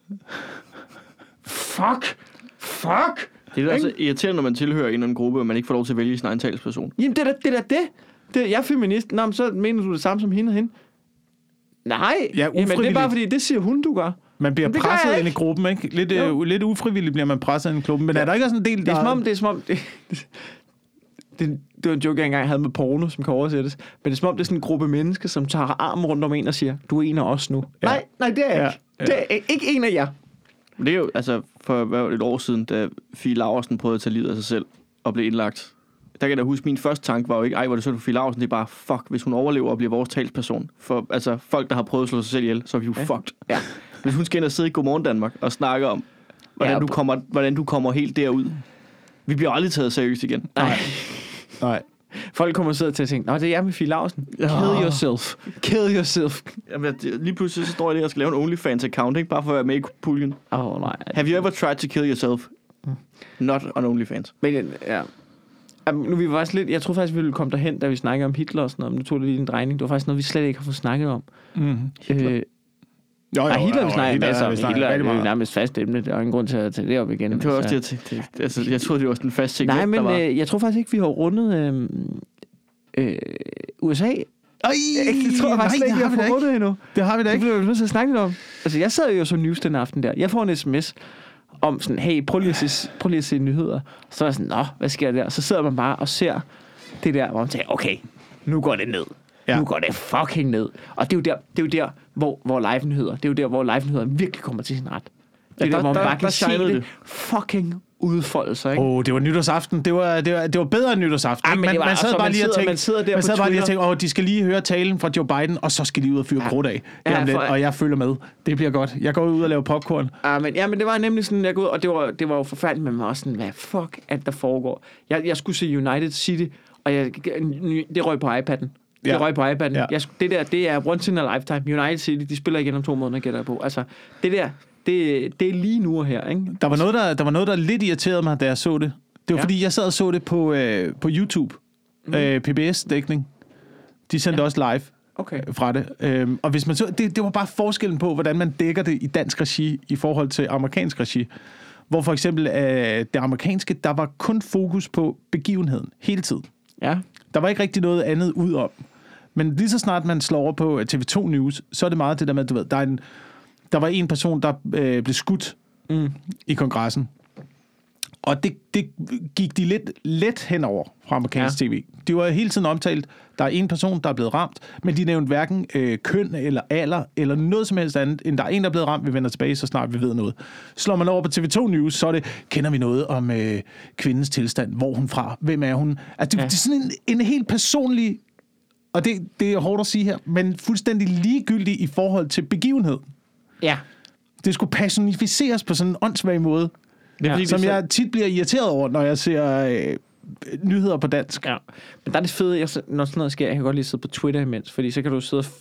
S2: Fuck!
S3: Det er altså irriterende, når man tilhører en eller anden gruppe, og man ikke får lov til at vælge sin egen talsperson.
S2: Jamen, det er det. Jeg er feminist. Nå, men så mener du det samme som hende og hende? Nej, men det er bare fordi, det siger hun, du gør.
S1: Man bliver presset ind i gruppen, ikke? Lidt ufrivilligt bliver man presset ind i gruppen, men er der ikke også en del, der...
S2: Det er som om... Det var en joke, jeg engang havde med porno, som kan oversættes. Men det er som om, det er sådan en gruppe mennesker, som tager armen rundt om en og siger, du er en af os nu. Ja. Nej, det er jeg ikke. Ja. Det er ikke en af jer.
S3: Det er jo, altså, for et år siden, da Fie Laursen prøvede at tage livet af sig selv og blev indlagt. Der kan jeg da huske, min første tanke var jo ikke, hvor det så du Fie Laursen, det er bare, fuck, hvis hun overlever og bliver vores talsperson. For altså, folk, der har prøvet at slå sig selv ihjel, så er vi jo fucked. Ja. Hvis hun skal ind og sidde i Godmorgen Danmark og snakke om, hvordan du kommer helt derud. Vi bliver aldrig taget seriøst igen.
S1: Nej.
S2: Folk kommer og sidder til at tænke, det er med Fie Laursen. Kill yourself.
S3: Jamen, lige pludselig så står jeg der og skal lave en OnlyFans-account, ikke? Bare for at være med i puljen.
S2: Nej.
S3: Have you ever tried to kill yourself? Not on OnlyFans.
S2: Men ja. Nu vi var lidt, jeg tror faktisk, vi ville komme derhen, da vi snakkede om Hitler og sådan noget. Nu tog det lige en drejning. Det var faktisk noget, vi slet ikke har fået snakket om.
S1: Hitler.
S2: Hitler vi snakker masser om. Hitler er jo nærmest fast emne. Der er ingen grund til at tage det op igen.
S3: Det var også det, jeg tænkte. Altså, jeg troede, det var sådan en fast ting.
S2: Nej, men jeg tror faktisk ikke, vi har rundet USA. Det tror jeg faktisk ikke, vi har fået rundet endnu.
S1: Det har vi da ikke.
S2: Det bliver vi nødt til at snakke lidt om. Altså, jeg sad jo så news den aften der. Jeg får en sms om sådan, hey, prøv lige at se nyheder. Så er jeg sådan, hvad sker der? Så sidder man bare og ser det der, hvor man tænker, okay, nu går det ned. Ja. Nu går det fucking ned. Og det er jo der hvor live-nyheder, virkelig kommer til sin ret. Det er der, hvor man bare kan se det fucking udfolde sig, ikke?
S1: Det var nytårsaften. Det var bedre end nytårsaften.
S2: Men
S1: man sad bare lige og tænkte, de skal lige høre talen fra Joe Biden, og så skal de ud og fyre krudt af. Og jeg følger med. Det bliver godt. Jeg går ud og laver popcorn.
S2: Men det var nemlig sådan, jeg går ud, og det var jo forfærdeligt med mig også sådan, hvad fuck at der foregår. Jeg skulle se United City, og det røg på iPad'en. Ja. Det er once in a lifetime. United City, de spiller igen om 2 måneder, gætter jeg på. Altså, det er lige nu og her, ikke?
S1: Der var noget, der lidt irriterede mig, da jeg så det. Det var fordi, jeg sad og så det på YouTube. PBS-dækning. De sendte også live fra det. Og hvis man så, det var bare forskellen på, hvordan man dækker det i dansk regi i forhold til amerikansk regi. Hvor for eksempel det amerikanske, der var kun fokus på begivenheden hele tiden.
S2: Ja.
S1: Der var ikke rigtig noget andet ud om. Men lige så snart man slår over på TV2 News, så er det meget det der med, du ved, der var en person, der blev skudt i kongressen. Og det gik de lidt let henover fra amerikansk tv. De var hele tiden omtalt, der er en person, der er blevet ramt, men de nævnte hverken køn eller alder eller noget som helst andet, end der er en, der er blevet ramt, vi vender tilbage, så snart vi ved noget. Slår man over på TV2 News, så er det, kender vi noget om kvindens tilstand, hvor hun fra, hvem er hun? Altså, det er sådan en helt personlig, og det er hårdt at sige her, men fuldstændig ligegyldig i forhold til begivenhed.
S2: Ja. Det skulle
S1: personificeres på sådan en åndssvag måde. Som jeg tit bliver irriteret over, når jeg ser nyheder på dansk.
S2: Ja. Men der er det fede, når sådan noget sker, jeg kan godt lige sidde på Twitter imens, fordi så kan du sidde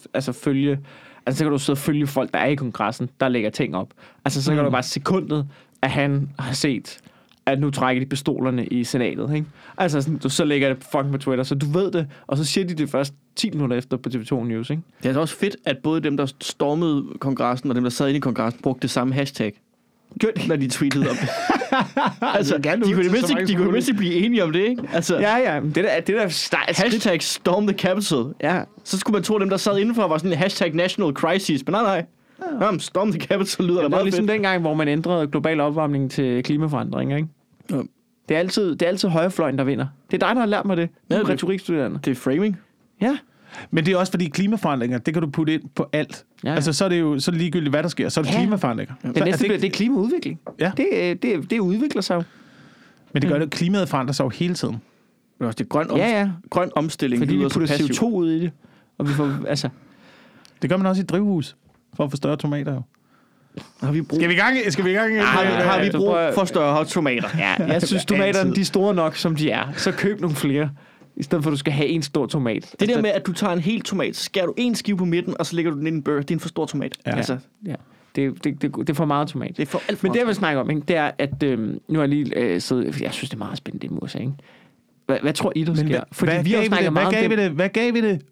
S2: og følge folk, der er i kongressen, der lægger ting op. Altså så kan du bare sekundet, at han har set, at nu trækker de pistolerne i senatet, ikke? Altså sådan, så lægger det fucking på Twitter, så du ved det, og så siger de det først 10 minutter efter på TV2 News, ikke?
S3: Det er altså også fedt, at både dem, der stormede kongressen, og dem, der sad inde i kongressen, brugte det samme hashtag. Når de tweetede om det. Altså, de kunne mindst blive enige om det, ikke? Altså,
S2: ja. Det der
S3: hashtag storm the Capitol.
S2: Ja.
S3: Så skulle man tro, dem, der sad indenfor, var sådan en hashtag national crisis. Men nej. Ja. Storm the Capitol lyder da meget fedt. Det var
S2: ligesom dengang, hvor man ændrede global opvarmning til klimaforandring, ikke? Ja. Det er altid højrefløjen, der vinder. Det er dig, der har lært mig det. Ja, retorikstuderende.
S3: Det er framing.
S2: Ja.
S1: Men det er også fordi klimaforandringer, det kan du putte ind på alt. Ja. Altså så er det jo så ligegyldigt, hvad der sker. Så er det klimaforandringer.
S2: Ja. Det er klimaudvikling. Ja. Det udvikler sig jo.
S1: Men det gør det, klimaet forandrer sig jo hele tiden.
S3: Det er også det grøn omstilling.
S2: Fordi vi putter CO2 ud i det. Og vi får, altså.
S1: Det gør man også i drivhus, for at få større tomater jo.
S3: Har vi brug...
S1: Skal vi i gang?
S3: Har vi brug for større tomater?
S2: Ja, jeg synes tomaterne, de er store nok, som de er. Så køb nogle flere. I stedet for, at du skal have en stor tomat.
S3: Det der med, at du tager en hel tomat, så skærer du en skive på midten, og så lægger du den ind i en burger. Det er en for stor tomat.
S2: Ja. Altså, ja. Det er for meget tomat.
S3: Det er for alt for
S2: Men det, jeg vil snakke om, ikke, det er, at nu har jeg lige siddet... Jeg synes, det er meget spændende, det med USA, ikke? Hvad tror I, der sker?
S1: Fordi vi har snakket meget om det. Hvad gav vi det?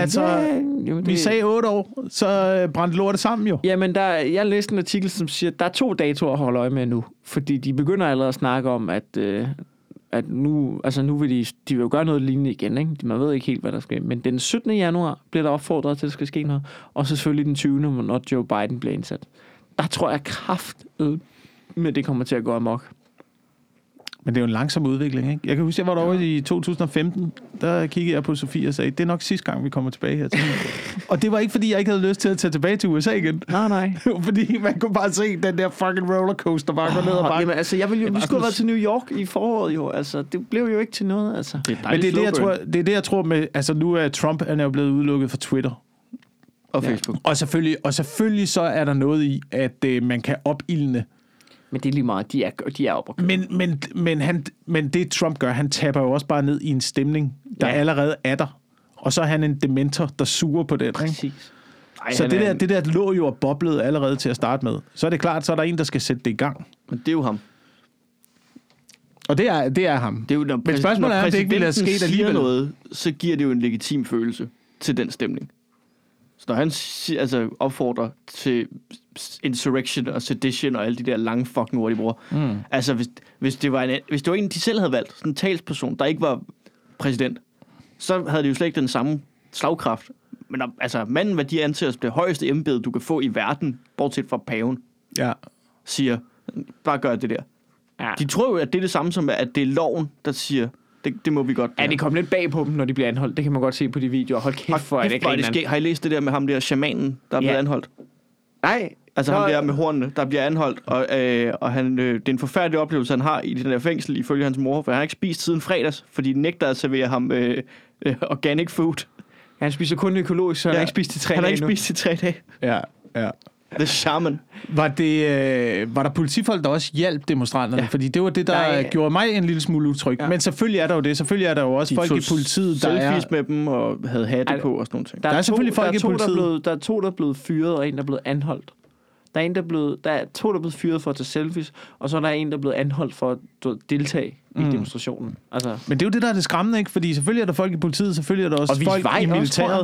S1: Vi sagde 8 år, så brændte lortet sammen jo.
S2: Jamen, jeg læste en artikel, som siger, at der er 2 datoer at holde øje med nu. Fordi de begynder allerede at snakke om, at nu vil de vil jo gøre noget lignende igen, ikke? Man ved ikke helt, hvad der sker. Men den 17. januar bliver der opfordret til, at der skal ske noget. Og så selvfølgelig den 20. når Joe Biden bliver indsat. Der tror jeg med det kommer til at gå amok.
S1: Men det er jo en langsom udvikling, ikke? Jeg kan huske, jeg var derovre i 2015, der kiggede jeg på Sofie og sagde, det er nok sidste gang, vi kommer tilbage her til. Og det var ikke, fordi jeg ikke havde lyst til at tage tilbage til USA igen.
S2: Nej.
S1: Det var fordi, man kunne bare se den der fucking rollercoaster bare gå ned og bakke.
S2: Jamen, altså, vi skulle have været til New York i foråret jo. Altså, det blev jo ikke til noget, altså.
S1: Men det er det, jeg tror med, altså nu er Trump, han er jo blevet udelukket fra Twitter.
S3: Og Facebook.
S1: Og selvfølgelig så er der noget i, at man kan opildne.
S2: Men det er lige meget, de er op og
S1: køre. Men det Trump gør, han tapper jo også bare ned i en stemning, der allerede er der. Og så er han en dementor, der suger på det.
S2: Præcis.
S1: Ej, så det der lå jo og boblede allerede til at starte med. Så er det klart, så er der en, der skal sætte det i gang.
S3: Men det er jo ham.
S1: Og det er ham.
S3: Det er jo,
S1: men spørgsmålet er, om det ikke ville have sket alligevel
S3: noget, så giver det jo en legitim følelse til den stemning. Så når han opfordrer til insurrection og sedition og alle de der lange fucking ord, de bruger. Altså, hvis det var en, de selv havde valgt, sådan en talsperson, der ikke var præsident, så havde det jo slet ikke den samme slagkraft. Men altså, manden, hvad de anser det højeste embede, du kan få i verden, bortset fra paven, siger, bare gør det der. Ja. De tror jo, at det er det samme som, at det er loven, der siger, det må vi godt.
S2: Ja, det kommer lidt bag på dem, når de bliver anholdt. Det kan man godt se på de videoer. Hold kæft for, at det
S3: ikke har I læst det der med ham der shamanen, der er blevet anholdt?
S2: Nej.
S3: Altså ham der med hornene, der bliver anholdt, og han, det er en forfærdelig oplevelse, han har i den der fængsel, ifølge hans mor, for han har ikke spist siden fredags, fordi de nægter at servere ham organic food.
S2: Han spiser kun økologisk, så han har ikke spist i 3 dage.
S3: Han har ikke spist i 3 dage.
S1: Ja.
S3: The shaman.
S1: Var der politifolk, der også hjalp demonstranterne? Ja. Fordi det var det, der gjorde mig en lille smule utryg. Ja. Men selvfølgelig er der jo det. Selvfølgelig er der jo også folk i politiet, der er...
S3: med dem og havde hatte på og sådan nogle ting.
S1: Der er selvfølgelig folk i politiet.
S2: Der er 2, der er blevet fyret, og en, der er blevet anholdt. Der er 2, der er blevet fyret for at tage selfies, og så er der en, der er blevet anholdt for at deltage i demonstrationen. Altså.
S1: Men det er jo det, der er det skræmmende, ikke? Fordi selvfølgelig er der folk i politiet, selvfølgelig er der også folk i militæret,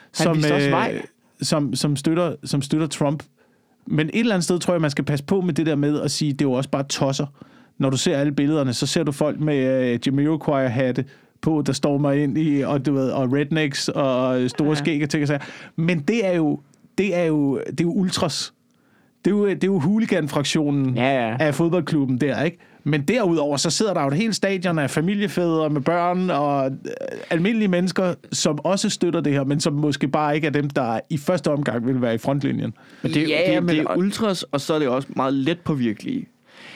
S1: som støtter Trump. Men et eller andet sted tror jeg, man skal passe på med det der med at sige, det er jo også bare tosser. Når du ser alle billederne, så ser du folk med Jamiroquai-hatte på, der stormer ind i, og rednecks og store skæg og ting og sager. Men det er jo ultras. Det er jo hooligan-fraktionen af fodboldklubben der, ikke? Men derudover, så sidder der jo et helt stadion af familiefædre med børn og almindelige mennesker, som også støtter det her, men som måske bare ikke er dem, der i første omgang vil være i frontlinjen.
S3: Men det er ultras, og så er det også meget let påvirkelige.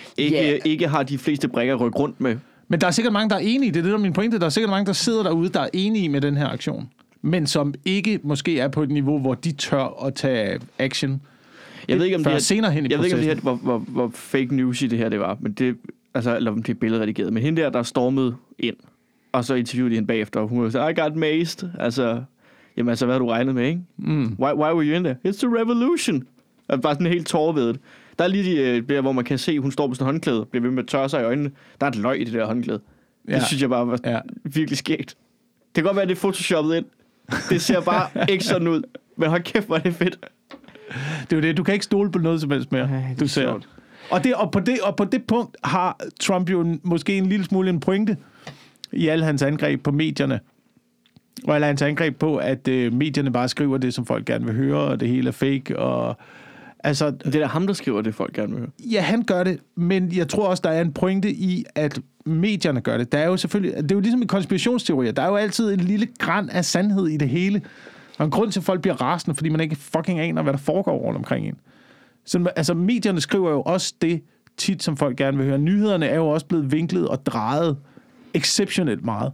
S3: Ikke har de fleste brikker at rykke rundt med.
S1: Men der er sikkert mange, der er enige. Det er det, der er min pointe. Der er sikkert mange, der sidder derude, der er enige med den her aktion, men som ikke måske er på et niveau, hvor de tør at tage action.
S3: Jeg ved ikke, om det
S1: her,
S3: hvor fake news i det her det var, men det, altså, eller om det er billedredigeret. Men hende der stormede ind, og så interviewede de hende bagefter, og hun sagde, I got mazed. Altså, jamen altså, hvad har du regnet med, ikke? Why were you in there? It's the revolution. Altså, bare sådan helt tårevedet. Der er lige de, hvor man kan se, hun står på sådan en håndklæde, bliver ved med at tørre sig i øjnene. Der er et løg i det der håndklæde. Ja. Det synes jeg bare var virkelig skægt. Det kan godt være, at det er photoshoppet ind. Det ser bare ikke sådan ud. Men hold kæft, hvor er det fedt.
S1: Det er jo det. Du kan ikke stole på noget som helst mere. Du ser. Og på det punkt har Trump jo måske en lille smule en pointe i alle hans angreb på medierne. Og alle hans angreb på, at medierne bare skriver det, som folk gerne vil høre, og det hele er fake. Og, altså,
S3: det er ham, der skriver det, folk gerne vil høre.
S1: Ja, han gør det, men jeg tror også, der er en pointe i, at medierne gør det. Der er jo selvfølgelig, det er jo ligesom i konspirationsteorier. Der er jo altid en lille gran af sandhed i det hele. Og en grund til, at folk bliver rasende, fordi man ikke fucking aner, hvad der foregår rundt omkring en. Så altså, medierne skriver jo også det tit, som folk gerne vil høre. Nyhederne er jo også blevet vinklet og drejet exceptionelt meget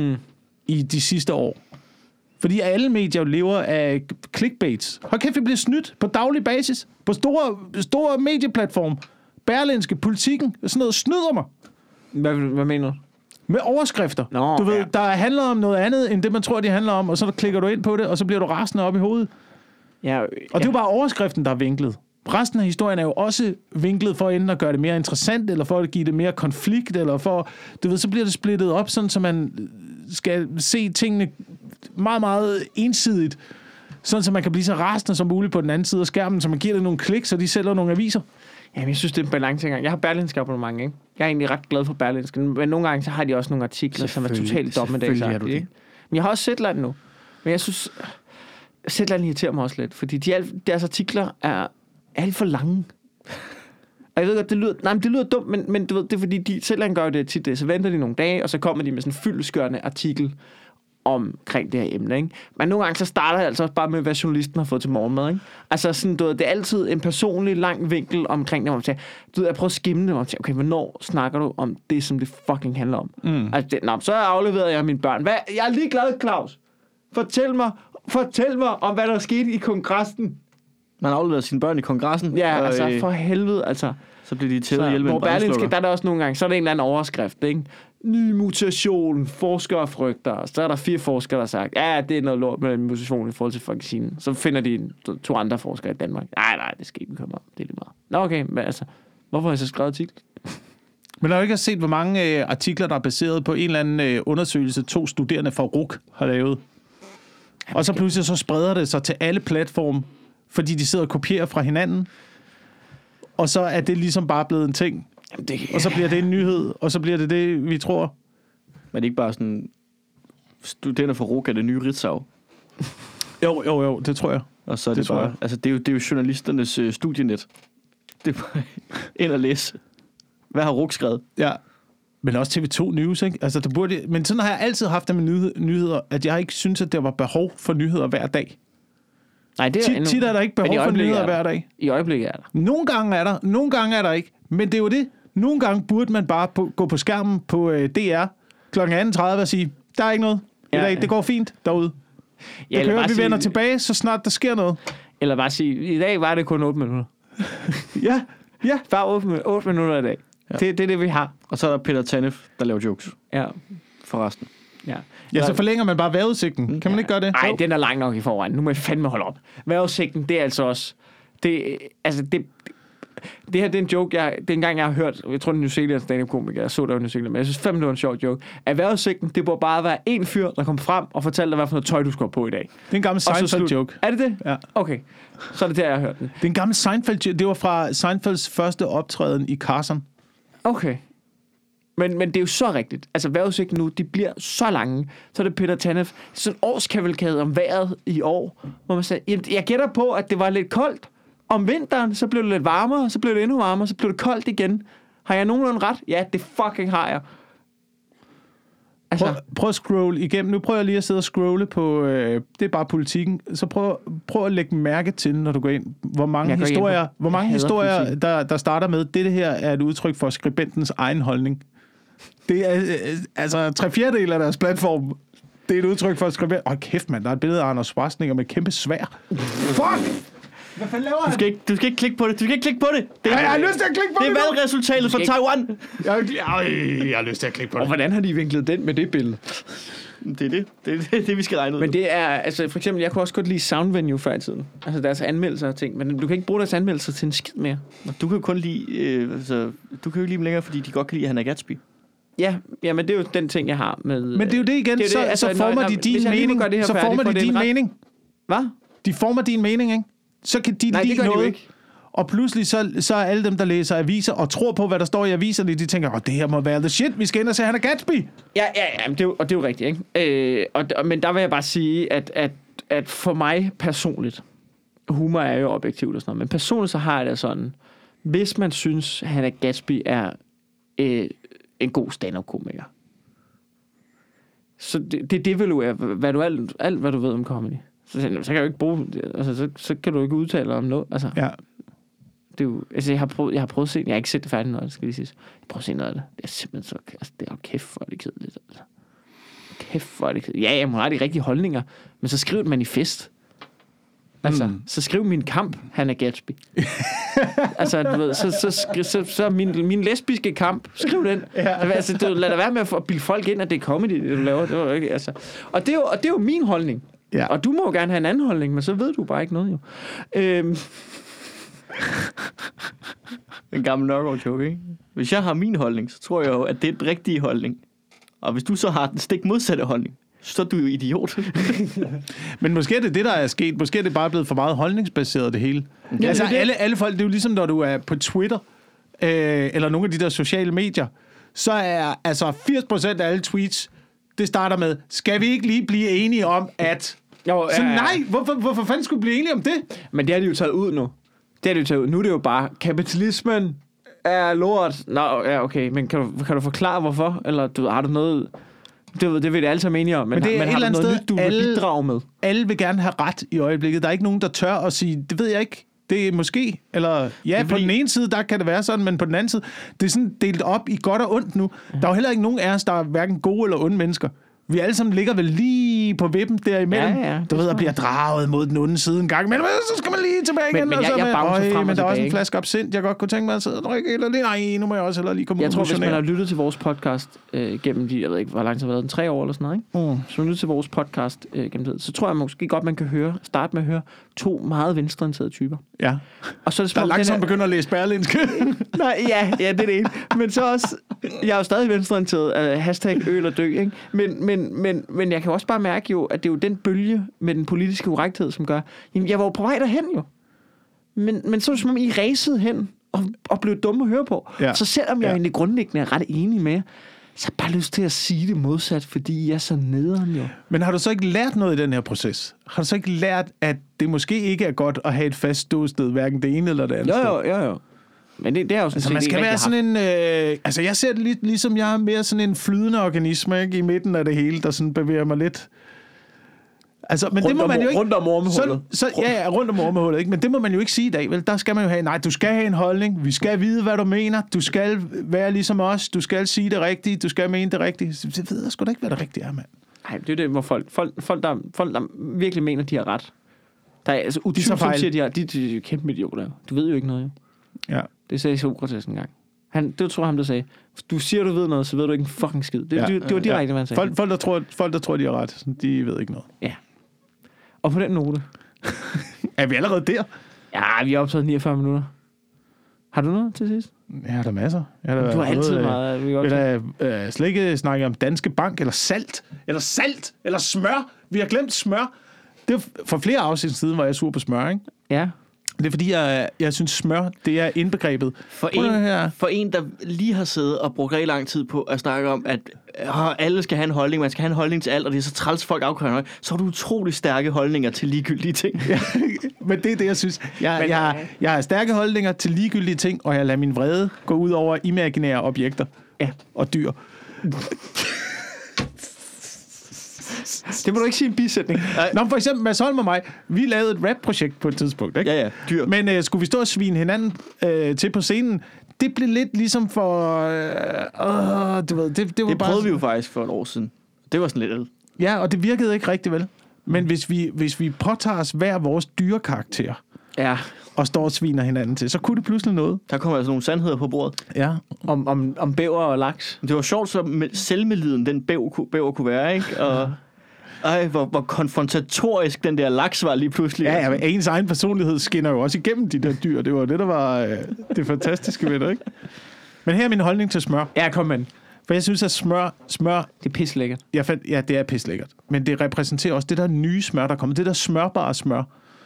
S1: i de sidste år. Fordi alle medier lever af clickbaits. Hold kæft, vi bliver snydt på daglig basis. På store medieplatforme. Berlingske, Politikken, sådan noget snyder mig.
S2: Hvad mener du?
S1: Med overskrifter. Du ved, der handler om noget andet, end det man tror, de handler om, og så klikker du ind på det, og så bliver du rasende op i hovedet. Og det er jo bare overskriften, der er vinklet. Resten af historien er jo også vinklet for enten at gøre det mere interessant, eller for at give det mere konflikt, eller for, du ved, så bliver det splittet op, sådan så man skal se tingene meget, meget ensidigt, sådan så man kan blive så rasende som muligt på den anden side af skærmen, så man giver det nogle klik, så de sælger nogle aviser.
S2: Jamen, jeg synes, det er en balancegang. Jeg har Berlingske abonnement, ikke? Jeg er egentlig ret glad for Berlingske, men nogle gange så har de også nogle artikler, som er totalt dommedagsagtige, ikke? Men jeg har også Zetland nu. Men jeg synes, Zetland irriterer mig også lidt, fordi deres artikler er alt for lange. Og jeg ved godt, det lyder dumt, men du ved, det er fordi, Zetland gør det tit, så venter de nogle dage, og så kommer de med sådan en fyldestgørende artikel omkring det her emne, ikke? Men nogle gange så starter jeg altså også bare med, hvad journalisten har fået til morgenmad, ikke? Altså sådan, du ved, det er altid en personlig lang vinkel omkring det, hvor man siger, du ved, jeg prøver at skimme det, hvor man siger, okay, hvornår snakker du om det, som det fucking handler om? Altså, så afleverede jeg mine børn. Jeg er ligeglad, Claus. Fortæl mig om, hvad der skete i kongressen.
S3: Man afleverede sine børn i kongressen?
S2: Ja, altså, for helvede, altså.
S3: Så bliver de tævet hjælp med en
S2: Berlingske, der er der også nogle gange, så er der en eller anden overskrift, ikke? Ny mutation, forskere frygter. Så er der 4 forskere, der har sagt, ja, det er noget lort med mutation i forhold til vaccinen. Så finder de 2 andre forskere i Danmark. Nej, det skal ikke komme op. Det er lige meget. Nå, okay, men altså, hvorfor har jeg så skrevet artikel?
S1: Men har du ikke set, hvor mange artikler, der er baseret på en eller anden undersøgelse, 2 studerende fra RUC har lavet? Ja, og så pludselig så spreder det sig til alle platforme, fordi de sidder og kopierer fra hinanden. Og så er det ligesom bare blevet en ting. Jamen og så bliver det en nyhed, og så bliver det, vi tror.
S3: Men det er ikke bare sådan, studerende fra RUC er det nye Ritzau?
S1: Jo, det tror jeg.
S3: Og så er det bare, altså det er jo journalisternes studienet. Det er bare ind og læse. Hvad har RUC skrevet?
S1: Ja, men også TV2 News, ikke? Altså, det burde, men sådan har jeg altid haft det med nyheder, at jeg ikke synes, at der var behov for nyheder hver dag.
S2: Nej, det er
S1: tit er der ikke behov for nyheder hver dag.
S2: I øjeblikket er der.
S1: Nogle gange er der, nogle gange er der ikke. Men det er jo det. Nogle gange burde man bare gå på skærmen på DR kl. 18.30 og sige, der er ikke noget. Det går fint derude. Det kører, vi vender tilbage, så snart der sker noget.
S2: Eller bare sige, i dag var det kun 8 minutter.
S1: Ja.
S2: Bare 8 minutter i dag. Ja. Det er det, vi har.
S3: Og så er der Peter Tanef, der laver jokes.
S2: Ja.
S3: Forresten.
S1: Ja, så forlænger man bare vejrudsigten. Kan man ikke gøre det?
S2: Nej, den er lang nok i forvejen. Nu må jeg fandme holde op. Vejrudsigten, det er altså også... Det her, det er en joke, det er en gang, jeg har hørt, jeg tror, det er New Zealand stand-up-komiker, jeg så der i New Zealand, men jeg synes fandme, det var en sjov joke. At vejrudsigten, det burde bare være en fyr, der kommer frem og fortæller dig, hvad for noget tøj, du skal på i dag.
S1: Det er en gammel Seinfeld-joke.
S2: Er det det?
S1: Ja.
S2: Okay, så er det der, jeg har hørt den.
S1: Det er en gammel Seinfeld-joke. Det var fra Seinfelds første optræden i Carson.
S2: Okay. Men det er jo så rigtigt. Altså vejrudsigten nu, de bliver så lange. Så er det Peter Tanef. Sådan en årskavalkade om vejret i år, hvor man siger, jeg gætter på, at det var lidt koldt. Om vinteren, så blev det lidt varmere, så blev det endnu varmere, så blev det koldt igen. Har jeg nogenlunde ret? Ja, det fucking har jeg.
S1: Altså. Prøv at scrolle igennem. Nu prøver jeg lige at sidde og scrolle på, det er bare politikken. Så prøv at lægge mærke til, når du går ind, hvor mange historier der starter med, det her er et udtryk for skribentens egen holdning. Det er altså 3/4 af deres platform. Det er et udtryk for skribent. Kæft, mand, der er et billede af Arnold Schwarzenegger med kæmpe svær. Fuck! Hvad fanden laver han?
S3: Du skal ikke klikke på det.
S1: Jeg har lyst til at klikke på det.
S3: Det er valgresultatet for Taiwan.
S1: Jeg har lyst til at klikke på det.
S2: Og hvordan har de vinklet den med det billede?
S3: Det er det, vi skal regne ud.
S2: Men det er, altså for eksempel, jeg kunne også godt lide Soundvenue før i tiden. Altså deres anmeldelser og ting. Men du kan ikke bruge deres anmeldelser til en skid mere.
S3: Du kan jo kun lide, du kan jo ikke lide dem længere, fordi de godt kan lide Hannah Gatsby.
S2: Ja, men det er jo den ting, jeg har med...
S1: Men det er jo det igen, så former de din mening. Så former de din mening.
S2: Hvad?
S1: De former din mening, ikke? Så kan de lide noget. Og pludselig så er alle dem, der læser aviser og tror på, hvad der står i aviserne, de tænker, det her må være the shit, vi skal ind og se Hannah Gatsby.
S2: Ja, men det er jo rigtigt, ikke? Men der vil jeg bare sige, at for mig personligt, humor er jo objektivt og sådan noget, men personligt så har jeg det sådan, hvis man synes, Hannah Gatsby er en god stand-up-komiker, så det devaluerer, alt hvad du ved om comedy. Så kan jeg jo ikke bruge, altså så kan du ikke udtale om noget, altså. Ja. Det er jo, altså jeg har prøvet at se, jeg har ikke set det færdigt noget, skal lige sige. Jeg prøver at se noget af det. Det er simpelthen så, altså det er jo kæft for det kedeligt, altså. Kæft for det kedeligt. Ja, jeg må have de rigtige holdninger, men så skriv et manifest. Altså, så skriv min kamp, Hannah Gatsby. Altså, du ved, så min lesbiske kamp, skriv den. Ja. Altså, lad dig være med at bilde folk ind, at det er comedy, det du laver. Det var ikke, altså. Og det er jo min holdning. Ja. Og du må jo gerne have en anden holdning, men så ved du bare ikke noget, jo.
S3: En gammel Nørgaard-joke, ikke? Hvis jeg har min holdning, så tror jeg jo, at det er den rigtige holdning. Og hvis du så har den stik modsatte holdning, så er du jo idiot.
S1: Men måske er det der er sket. Måske er det bare blevet for meget holdningsbaseret, det hele. Ja, altså, alle folk, det er jo ligesom, når du er på Twitter, eller nogle af de der sociale medier, så er altså 80% af alle tweets, det starter med, skal vi ikke lige blive enige om, at... Så nej, hvorfor fanden skulle vi blive enige om det?
S2: Men det har de jo taget ud nu. Nu er det jo bare, kapitalismen er lort. Nå, ja, okay, men kan du forklare, hvorfor? Eller har du noget... Det vil det alle sammen enige om, men det er har du noget nyt, du vil bidrage med? Alle
S1: vil gerne have ret i øjeblikket. Der er ikke nogen, der tør at sige, det ved jeg ikke. Det er måske, eller ja, på den ene side, der kan det være sådan, men på den anden side, det er sådan delt op i godt og ondt nu. Der er jo heller ikke nogen af os, der er hverken gode eller onde mennesker. Vi alle sammen ligger vel lige på vippen derimellem. Ja, du ved, at bliver draget mod den onde side en gang. Men så skal man lige tilbage igen. Men der er også en flaske absint, jeg godt kunne tænke mig at sidde og drikke. Eller nej, nu må jeg også heller lige komme ud.
S2: Jeg tror, hvis man har lyttet til vores podcast gennem de, jeg ved ikke, hvor lang tid har været den, 3 år eller sådan noget, ikke? Hvis man har lyttet til vores podcast gennem tid, så tror jeg måske godt, man kan starte med at høre 2 meget venstreorienterede typer.
S1: Ja. Og så er det der langsomt begynder at læse Berlingske.
S2: Nej, ja, det er det ene. Men så også, jeg er jo stadig venstreorienteret, hashtag øl og dø, ikke? Men jeg kan også bare mærke jo, at det er jo den bølge med den politiske korrekthed, som gør, jamen jeg var jo på vej derhen jo. Men så er det som om I ræsede hen og blev dumme at høre på. Ja. Så selvom jeg egentlig grundlæggende er ret enig med, så har jeg bare lyst til at sige det modsat, fordi jeg er så nederen jo.
S1: Men har du så ikke lært noget i den her proces? Har du så ikke lært, at det måske ikke er godt at have et fast ståsted, hverken det ene eller det andet sted?
S2: Jo. Men det er jo sådan
S1: altså, man skal være sådan en... altså, jeg ser det ligesom jeg er mere sådan en flydende organisme, ikke? I midten af det hele, der sådan bevæger mig lidt... Altså, men det må man jo ikke...
S2: Rundt om ormehullet.
S1: Ja, rundt om ormehullet, ikke? Men det må man jo ikke sige i dag, vel? Der skal man jo have... Nej, du skal have en holdning. Vi skal vide, hvad du mener. Du skal være ligesom os. Du skal sige det rigtige. Du skal mene det rigtige. Det ved jeg sgu da ikke, hvad det rigtige er, mand.
S2: Nej, det er det, hvor folk, der virkelig mener, de har ret. Der er altså utvivlsomt, som siger, de er kæmpe idioter. Du ved jo ikke noget, jo.
S1: Ja.
S2: Det sagde Sokrates en gang. Det tror jeg ham, der sagde. Du siger, du ved noget, så ved du ikke en fucking skid. Det var direkte, hvad han sagde.
S1: Folk, der tror, de har ret, de ved ikke noget.
S2: Ja. Og på den note...
S1: Er vi allerede der?
S2: Ja, vi har optaget 49 minutter. Har du noget til sidst?
S1: Ja, der er masser.
S2: Du har altid meget.
S1: Vi har slet ikke snakket om Danske Bank, eller salt, eller smør. Vi har glemt smør. Det er for flere afsnit siden, var jeg sur på smør, ikke?
S2: Ja.
S1: Det er fordi, jeg synes, smør, det er indbegrebet.
S3: For en, der lige har siddet og brugt rigtig lang tid på at snakke om, at alle skal have en holdning, man skal have en holdning til alt, og det er så træls folk afkører, så har du utrolig stærke holdninger til ligegyldige ting.
S1: Ja, men det er det, jeg synes. Jeg har stærke holdninger til ligegyldige ting, og jeg lader min vrede gå ud over imaginære objekter og dyr.
S2: Det må du ikke sige en bisætning.
S1: Nå, for eksempel Mads Holm og mig, vi lavede et rap-projekt på et tidspunkt, ikke?
S3: Ja, dyr.
S1: Men skulle vi stå og svine hinanden til på scenen, det blev lidt ligesom for... du ved, det var
S3: det
S1: bare...
S3: prøvede vi jo faktisk for et år siden. Det var sådan lidt...
S1: Ja, og det virkede ikke rigtig vel. Men hvis vi påtager os hver vores dyrekarakter, og står og sviner hinanden til, så kunne det pludselig noget.
S3: Der kommer altså nogle sandheder på bordet.
S1: Ja.
S2: Om bæver og laks.
S3: Det var sjovt, så selvmedliden den bæver kunne være, ikke? Og hvor konfrontatorisk den der laks var lige pludselig.
S1: Ja, ens egen personlighed skinner jo også igennem de der dyr. Det var det, der var det fantastiske ved det, ikke? Men her er min holdning til smør.
S2: Ja, kom med.
S1: For jeg synes, at smør...
S2: Det er pislækkert.
S1: Ja, det er pislækkert. Men det repræsenterer også det der nye smør, der kommer. Det der smørbare smør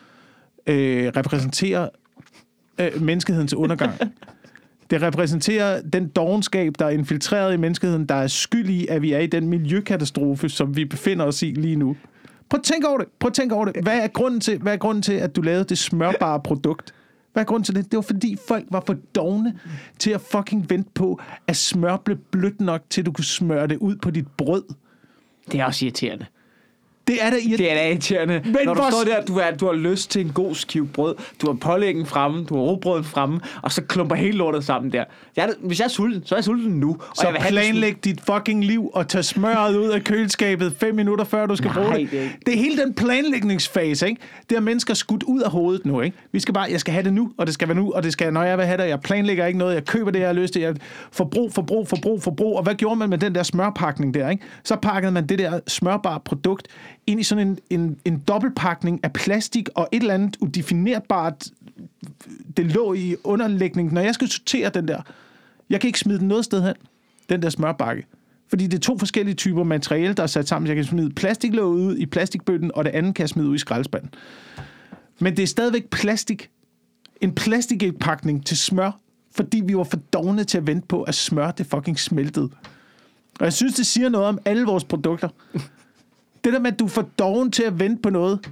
S1: repræsenterer menneskehedens undergang. Det repræsenterer den dovenskab, der er infiltreret i menneskeheden, der er skyld i, at vi er i den miljøkatastrofe, som vi befinder os i lige nu. Prøv at tænke over det. Hvad er grunden til, at du lavede det smørbare produkt? Hvad er grunden til det? Det var fordi folk var for dovne til at fucking vente på, at smør blev blødt nok, til du kunne smøre det ud på dit brød.
S2: Det er også irriterende.
S1: Det er da
S2: irriterende. Men når du står der, du har lyst til en god skive brød, du har pålæggen fremme, du har rugbrøden fremme, og så klumper hele lortet sammen der. Hvis jeg er sulten, så er jeg sulten nu. Og
S1: så planlæg dit fucking liv og tag smøret ud af køleskabet 5 minutter før du skal bruge det. Det er hele den planlægningsfase, ikke? Det er mennesker skudt ud af hovedet nu, ikke? Jeg skal have det nu, og det skal være nu, og det skal, når jeg vil have det, jeg planlægger ikke noget, jeg køber det, jeg har lyst til, jeg forbrug. Og hvad gjorde man med den der smørpakning der, ikke? Så pakkede man det der smørbare produkt ind i sådan en dobbeltpakning af plastik og et eller andet udefinerbart, det lå i underlægningen. Når jeg skal sortere den der, jeg kan ikke smide den noget sted hen, den der smørbakke. Fordi det er 2 forskellige typer materiale, der er sat sammen. Jeg kan smide plastiklåget ud i plastikbøtten, og det andet kan jeg smide ud i skraldespanden. Men det er stadigvæk plastik. En plastikpakning til smør, fordi vi var for dovne til at vente på, at smør det fucking smeltede. Og jeg synes, det siger noget om alle vores produkter. Det der med, at du får doven til at vente på noget.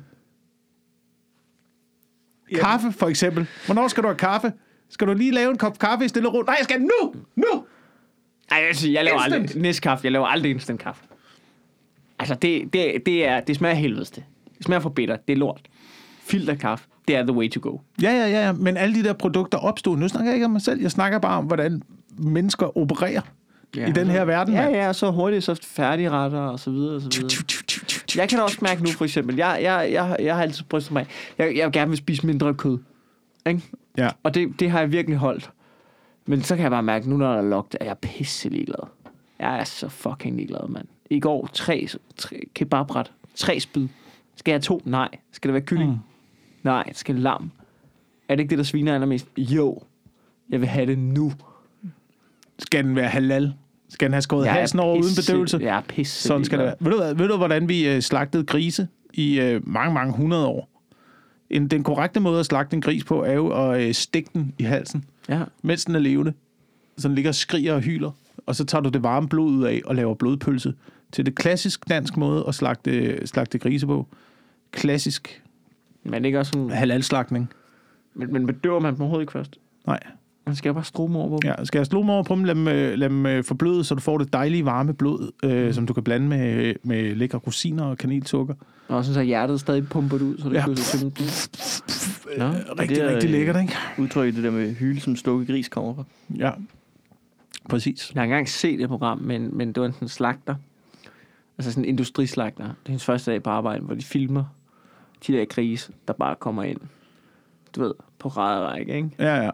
S1: Kaffe, for eksempel. Hvornår skal du have kaffe? Skal du lige lave en kop kaffe i stille og ro? Nej, jeg skal nu!
S2: Ej, jeg laver aldrig Nescafé. Jeg laver aldrig instant kaffe. Altså, det smager helvedes det. Det smager for bitter. Det er lort. Filterkaffe, det er the way to go.
S1: Ja. Men alle de der produkter opstod. Nu snakker jeg ikke om mig selv. Jeg snakker bare om, hvordan mennesker opererer i den her verden.
S2: Ja, så hurtigt, så færdigretter og så videre, og så videre. Jeg kan også mærke nu, for eksempel, jeg har altid brystet mig. Jeg gerne vil spise mindre kød. Ikke?
S1: Ja.
S2: Og det har jeg virkelig holdt. Men så kan jeg bare mærke, nu når der er lukket, er jeg pisse ligeglad. Jeg er så fucking ligeglad, mand. I går 3 kebabret, 3 spyd. Skal jeg have 2? Nej. Skal det være kylling? Nej. Skal det lam? Er det ikke det, der sviner allermest? Jo. Jeg vil have det nu.
S1: Skal den være halal? Skal den have skåret halsen over uden bedøvelse?
S2: Jeg er pisse.
S1: Sådan skal det være. Ved du, hvordan vi slagtede grise i mange 100 år? Den korrekte måde at slagte en gris på er jo at stikke den i halsen, mens den er levende. Så den ligger og skriger og hyler. Og så tager du det varme blod ud af og laver blodpølse. Til det klassisk dansk måde at slagte grise på. Klassisk.
S2: Men ikke også sådan
S1: halalslagtning.
S2: Men bedøver man dem overhovedet ikke først?
S1: Nej.
S2: Man skal bare strome over på dem.
S1: Ja, skal jeg slå mig over på dem, lad dem forbløde, så du får det dejlige varme blod, som du kan blande med lækre rosiner og kanelsukker.
S2: Og så hjertet stadig pumper ud, så det kan
S1: Rigtig lækkert, ikke?
S3: Udtryk det der med hyle, som stukket gris kommer fra.
S1: Ja, præcis.
S2: Jeg har engang set et program, men det var en slagter. Altså sådan en industrislagter. Det er hendes første dag på arbejde, hvor de filmer de der grise, der bare kommer ind. Du ved, på række, ikke?
S1: Ja.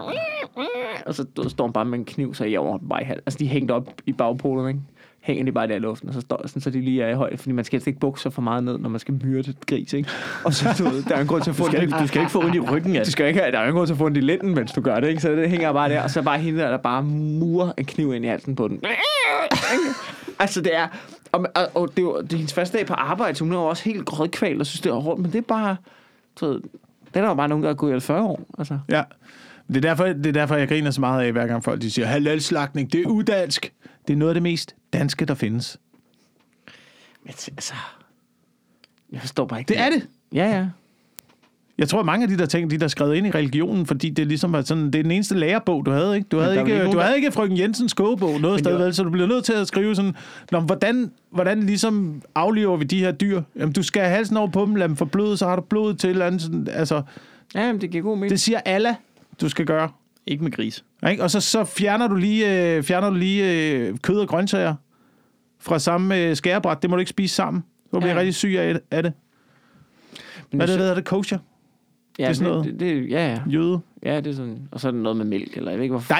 S2: Og så står hun bare med en kniv, så jeg over bare i halv. Altså, de er hængt op i bagpolen, ikke? Hænger de bare der i luften, og så står sådan, så de lige er i højde, fordi man skal ikke bukke sig for meget ned, når man skal myrde et gris, ikke? Og så der er en grund til at få
S3: du skal ikke få ondt i ryggen, ja.
S2: Der er en grund til at få ondt i lænden, mens du gør det, ikke? Så det hænger bare der, og så bare hende der bare murer en kniv ind i halsen på den. Altså, det er... Og det er hendes første dag på arbejde, så hun er også helt grødkvalt og synes, det er hårdt, men det er bare... Det er jo bare nogen, der er gået i 40 år, altså.
S1: Ja. Det er derfor, jeg griner så meget af, hver gang folk de siger, halalslagtning, det er udansk. Det er noget af det mest danske, der findes.
S2: Men altså... Jeg forstår bare ikke
S1: det. Er det?
S2: Ja.
S1: Jeg tror, at mange af de der ting, de der er skrevet ind i religionen, fordi det ligesom var sådan, det er den eneste lærebog, du havde, ikke? Du havde ikke frøken Jensens kogebog noget sted, vel? Så du bliver nødt til at skrive sådan, hvordan ligesom aflever vi de her dyr? Jamen, du skal have halsen over på dem, lad dem forbløde, så har du blodet til et eller andet sådan, altså...
S2: Ja, men det giver god mening.
S1: Det siger Allah, du skal gøre.
S3: Ikke med gris.
S1: Ikke? Og så fjerner du lige kød og grøntsager fra samme skærebræt. Det må du ikke spise sammen. Du bliver rigtig syg af det. Hvad er det kosher?
S2: Ja,
S1: det er sådan noget.
S2: Ja.
S1: Jøde.
S2: Ja, det er sådan. Og så er det noget med mælk, eller jeg ved ikke, hvorfor.
S1: Der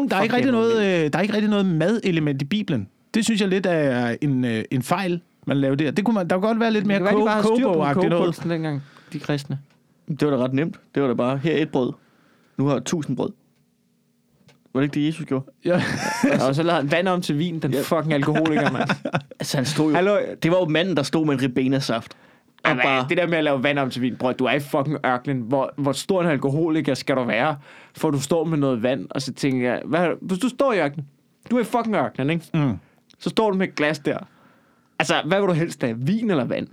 S1: er ikke rigtig noget madelement i Bibelen. Det synes jeg lidt er en fejl, man laver der. Det kunne der kunne godt være lidt mere kogebog-agtigt noget.
S2: Dengang, de kristne.
S3: Det var da ret nemt. Det var da bare, her et brød. Nu har 1000 brød. Var det ikke det, Jesus gjorde?
S2: Ja. Og så lavede han vand om til vin, den fucking alkoholiker, mand.
S3: Altså, han stod jo... Det var jo manden, der stod med en ribenasaft.
S2: Det der med at lave vand om til vin, bror, du er i fucking ørkenen. Hvor stor en alkoholiker skal du være, for du står med noget vand, og så tænker jeg, hvis du står i ørkenen, du er i fucking ørkenen, ikke?
S1: Mm.
S2: Så står du med et glas der. Altså, hvad vil du helst have? Vin eller vand?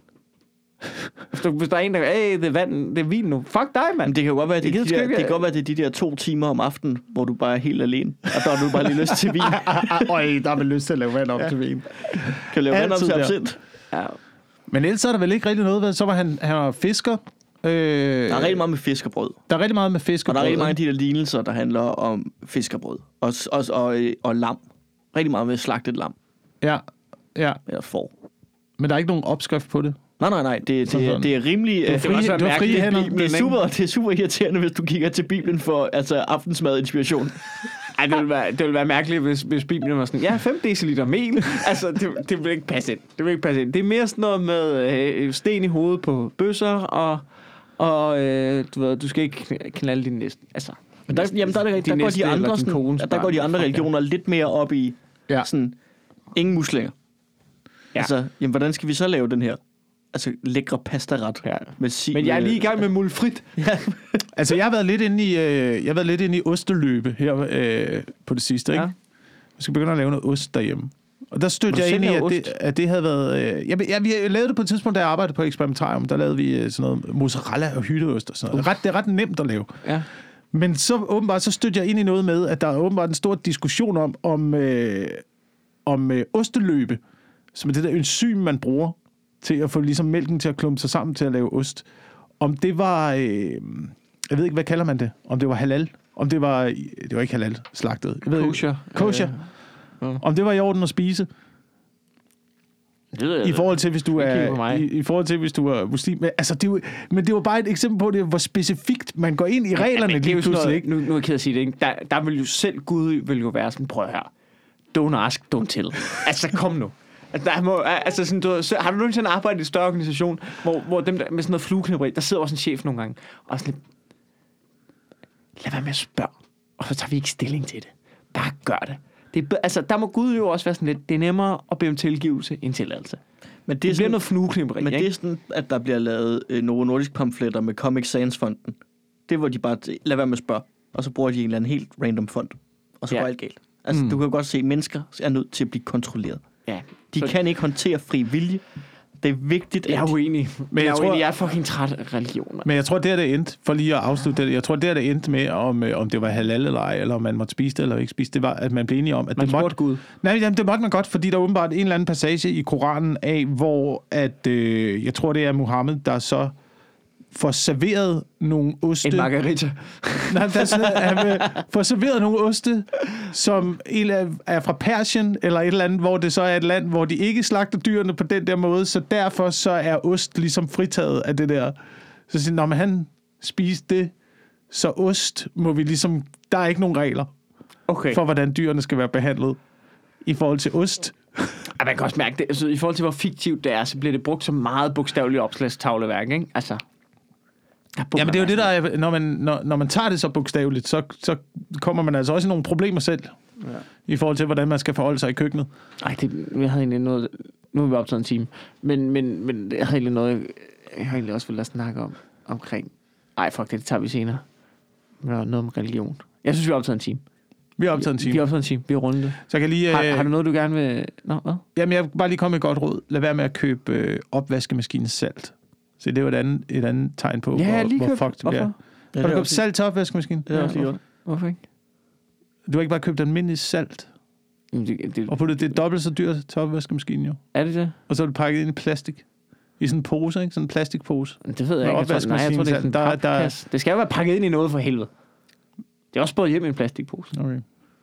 S2: Hvis der er en, der det er vand, det er vin nu. Fuck dig, mand.
S3: Det kan jo godt være, det kan godt være, det er de der 2 timer om aftenen, hvor du bare er helt alene. Og der har du bare lige lyst til vin.
S1: Der er vel lyst til at lave vand op til vin.
S3: Kan lave vand op til absint.
S2: Ja.
S1: Men ellers er der vel ikke rigtig noget. Så var han var fisker.
S3: Der er rigtig meget med fiskerbrød.
S1: Der er rigtig meget med fiskerbrød.
S3: Og der er rigtig mange af de der lignelser, der handler om fiskerbrød. Og lam. Rigtig meget med slagtet lam.
S1: Ja.
S3: Eller får.
S1: Men der er ikke nogen opskrift på det.
S3: Nej. Det er rimelig...
S1: Det er
S3: super irriterende, hvis du kigger til Bibelen for aftensmad-inspiration.
S2: Ej, det vil være mærkeligt, hvis Bibelen var sådan, 5 deciliter mel. Altså, det vil ikke passe ind. Det er mere sådan noget med sten i hovedet på bøsser, og du ved, du skal ikke knalde din næsten. Altså,
S3: der går de andre religioner lidt mere op i sådan, ingen muslinger. Ja. Altså, jamen, hvordan skal vi så lave den her? Altså, lækre pastaret.
S2: Ja. Men jeg er lige i gang med mulfrit.
S1: Altså, jeg har været lidt inde i osteløbe her på det sidste, ikke? Vi skal begynde at lave noget ost derhjemme. Og der stødte jeg ind i, at det havde været... vi lavede det på et tidspunkt, da jeg arbejdede på Eksperimentarium. Der lavede vi sådan noget mozzarella og hytteost og sådan noget. Det er ret nemt at lave. Ja. Men så stødte jeg ind i noget med, at der er åbenbart en stor diskussion om osteløbe, som er det der enzym, man bruger til at få ligesom mælken til at klumpe sig sammen til at lave ost. Om det var... jeg ved ikke, hvad kalder man det? Om det var halal? Om det var... Det var ikke halal slagtet. Kosher. Om det var i orden at spise.
S2: I
S1: forhold til, hvis du er muslim. Men det var bare et eksempel på, hvor specifikt man går ind i reglerne lige pludselig. Ikke?
S2: Nu er jeg ked at sige det, ikke? Der vil jo selv Gud vil jo være sådan, prøv her. Don't ask, don't tell. Altså, kom nu. Har du nogensinde arbejdet i en større organisation, hvor dem der med sådan noget flueknæpperi, der sidder også en chef nogle gange, og sådan lidt, lad være med at spørge, og så tager vi ikke stilling til det. Bare gør det. Der må Gud jo også være sådan lidt, det er nemmere at bede om tilgivelse end tilladelse. Men det bliver noget flueknæpperi.
S3: Men det er sådan, at der bliver lavet Novo Nordisk pamfletter med Comic Sans-fonden. Det hvor de bare, lad være med at spørge, og så bruger de en eller anden helt random fond, og så går alt galt. Altså, du kan jo godt se, at mennesker er nødt til at blive kontrolleret. Ja. De kan ikke håndtere fri vilje. Det er vigtigt.
S2: Jeg er uenig. Men jeg er fucking træt af religioner.
S1: Men jeg tror, det endte, for lige at afslutte det, jeg tror, det endte med, om det var halal eller ej, eller om man måtte spise det eller ikke spise det, var, at man blev enige om, at
S2: man
S1: det måtte
S2: Gud.
S1: Nej, jamen, det måtte man godt, fordi der er åbenbart en eller anden passage i Koranen af, hvor at, jeg tror, det er Muhammed, der så får serveret nogle oste.
S2: En margarita.
S1: Nej, han får serveret nogle oste, som er fra Persien, eller et eller andet, hvor det så er et land, hvor de ikke slagter dyrene på den der måde, så derfor så er ost ligesom fritaget af det der. Så siger når man spiste det, så ost må vi ligesom, der er ikke nogen regler for, hvordan dyrene skal være behandlet i forhold til ost.
S2: Ja, man kan også mærke det, altså, i forhold til, hvor fiktivt det er, så bliver det brugt som meget bogstaveligt opslagstavleværk, ikke? Altså...
S1: Ja, men det er jo det, der er, når man tager det så bogstaveligt, så kommer man altså også i nogle problemer selv, i forhold til, hvordan man skal forholde sig i køkkenet.
S2: Nej, jeg havde egentlig noget... Nu er vi optaget en time, men jeg havde egentlig noget, jeg har egentlig også ville lade snakke omkring... Ej, fuck det tager vi senere. Noget om religion. Jeg synes, vi har optaget en time.
S1: Vi har optaget en time. Vi
S2: har rundet det.
S1: Så jeg kan lige...
S2: Har du noget, du gerne vil... Nå, hvad?
S1: Jamen, jeg vil bare lige komme med et godt råd. Lad være med at købe opvaskemaskines salt. Så det er jo et andet tegn på, hvor fucked det er. Har du købt salt til opvaskemaskinen?
S3: Det er også lige godt.
S2: Hvorfor ikke?
S1: Du har ikke bare købt almindelig salt? Og på det er dobbelt så dyrt til opvaskemaskinen, jo.
S2: Er det det?
S1: Og så er det pakket ind i plastik. I sådan en pose, ikke? Sådan en plastikpose.
S2: Det ved jeg ikke. Jeg tror, det er sådan en papkasse. Det skal jo være pakket ind i noget for helvede. Det er også både hjem i en plastikpose.
S1: Okay.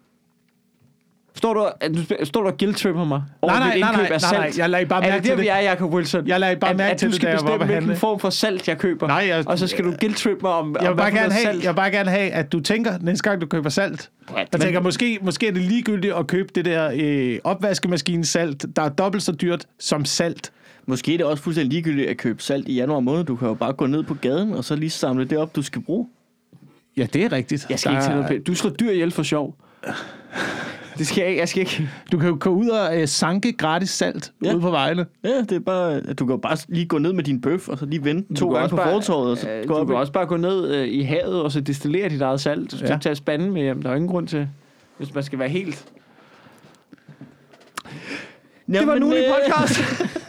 S2: Står du og guilt-tripper mig over
S1: nej, jeg lader bare mærke til det.
S2: Er det, vi er, Jacob Wilson?
S1: Jeg lader bare mærke til det,
S2: at du skal bestemme, hvilken form for salt, jeg køber.
S1: Nej,
S2: og så skal du guilt-trip mig om
S1: jeg vil bare gerne have, at du tænker, næste gang du køber salt. Jeg tænker, måske er det ligegyldigt at købe det der opvaskemaskine salt, der er dobbelt så dyrt som salt.
S3: Måske er det også fuldstændig ligegyldigt at købe salt i januar måned. Du kan jo bare gå ned på gaden, og så lige samle det op, du skal bruge.
S1: Ja, det er rigtigt.
S2: Jeg skal ikke tage noget. Du slår dyr ihjel for sjov. Det skal jeg skal ikke.
S1: Du kan jo gå ud og sanke gratis salt ude på vejene.
S3: Ja, det er bare... Du kan jo bare lige gå ned med din bøf, og så lige vente 2 gange på fortorvet. Og så
S2: du kan også bare gå ned i havet, og så destillere dit eget salt. Så tager spanden med hjem. Der er ingen grund til, hvis man skal være helt... Det var nu i podcast.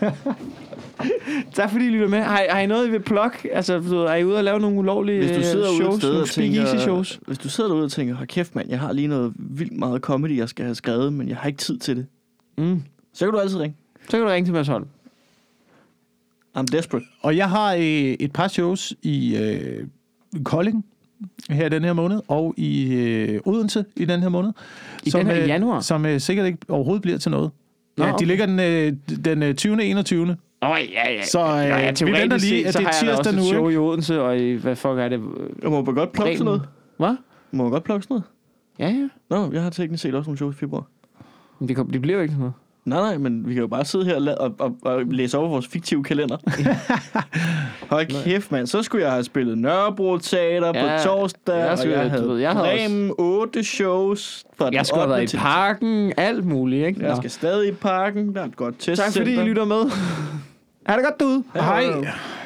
S2: Tak fordi I lytter med. Har I noget, I vil plukke? Altså, er I ude og lave nogle ulovlige shows? Nogle speakeasy shows?
S3: Hvis du sidder derude og tænker, hold kæft mand, jeg har lige noget vildt meget comedy, jeg skal have skrevet, men jeg har ikke tid til det. Så kan du altid ringe.
S2: Så kan du ringe til Mads Holm.
S3: I'm desperate.
S1: Og jeg har et par shows i Kolding her den her måned, og i Odense i den her måned.
S2: I den her januar?
S1: Som sikkert ikke overhovedet bliver til noget. Nå, ja, de ligger den 20. 21.
S2: Ja.
S1: Så vi venter lige, at det er tirsdag nu, ikke?
S2: Show i Odense, og i, hvad fuck er det?
S3: Må man godt plukke sådan noget?
S2: Hvad?
S3: Må man godt plukke sådan
S2: noget? Ja.
S3: Nå, jeg har teknisk set også nogle shows i februar.
S2: Men det bliver jo ikke sådan noget.
S3: Nej, men vi kan jo bare sidde her og læse over vores fiktive kalender. Hold kæft, mand. Så skulle jeg have spillet Nørrebro Teater på torsdag, og jeg havde Bremen 8 shows.
S2: Jeg skulle have været i parken, alt muligt, ikke?
S3: Jeg skal stadig i parken, der er et godt testcenter.
S2: Tak fordi I lytter med. Ha' det godt derude.
S1: Hej.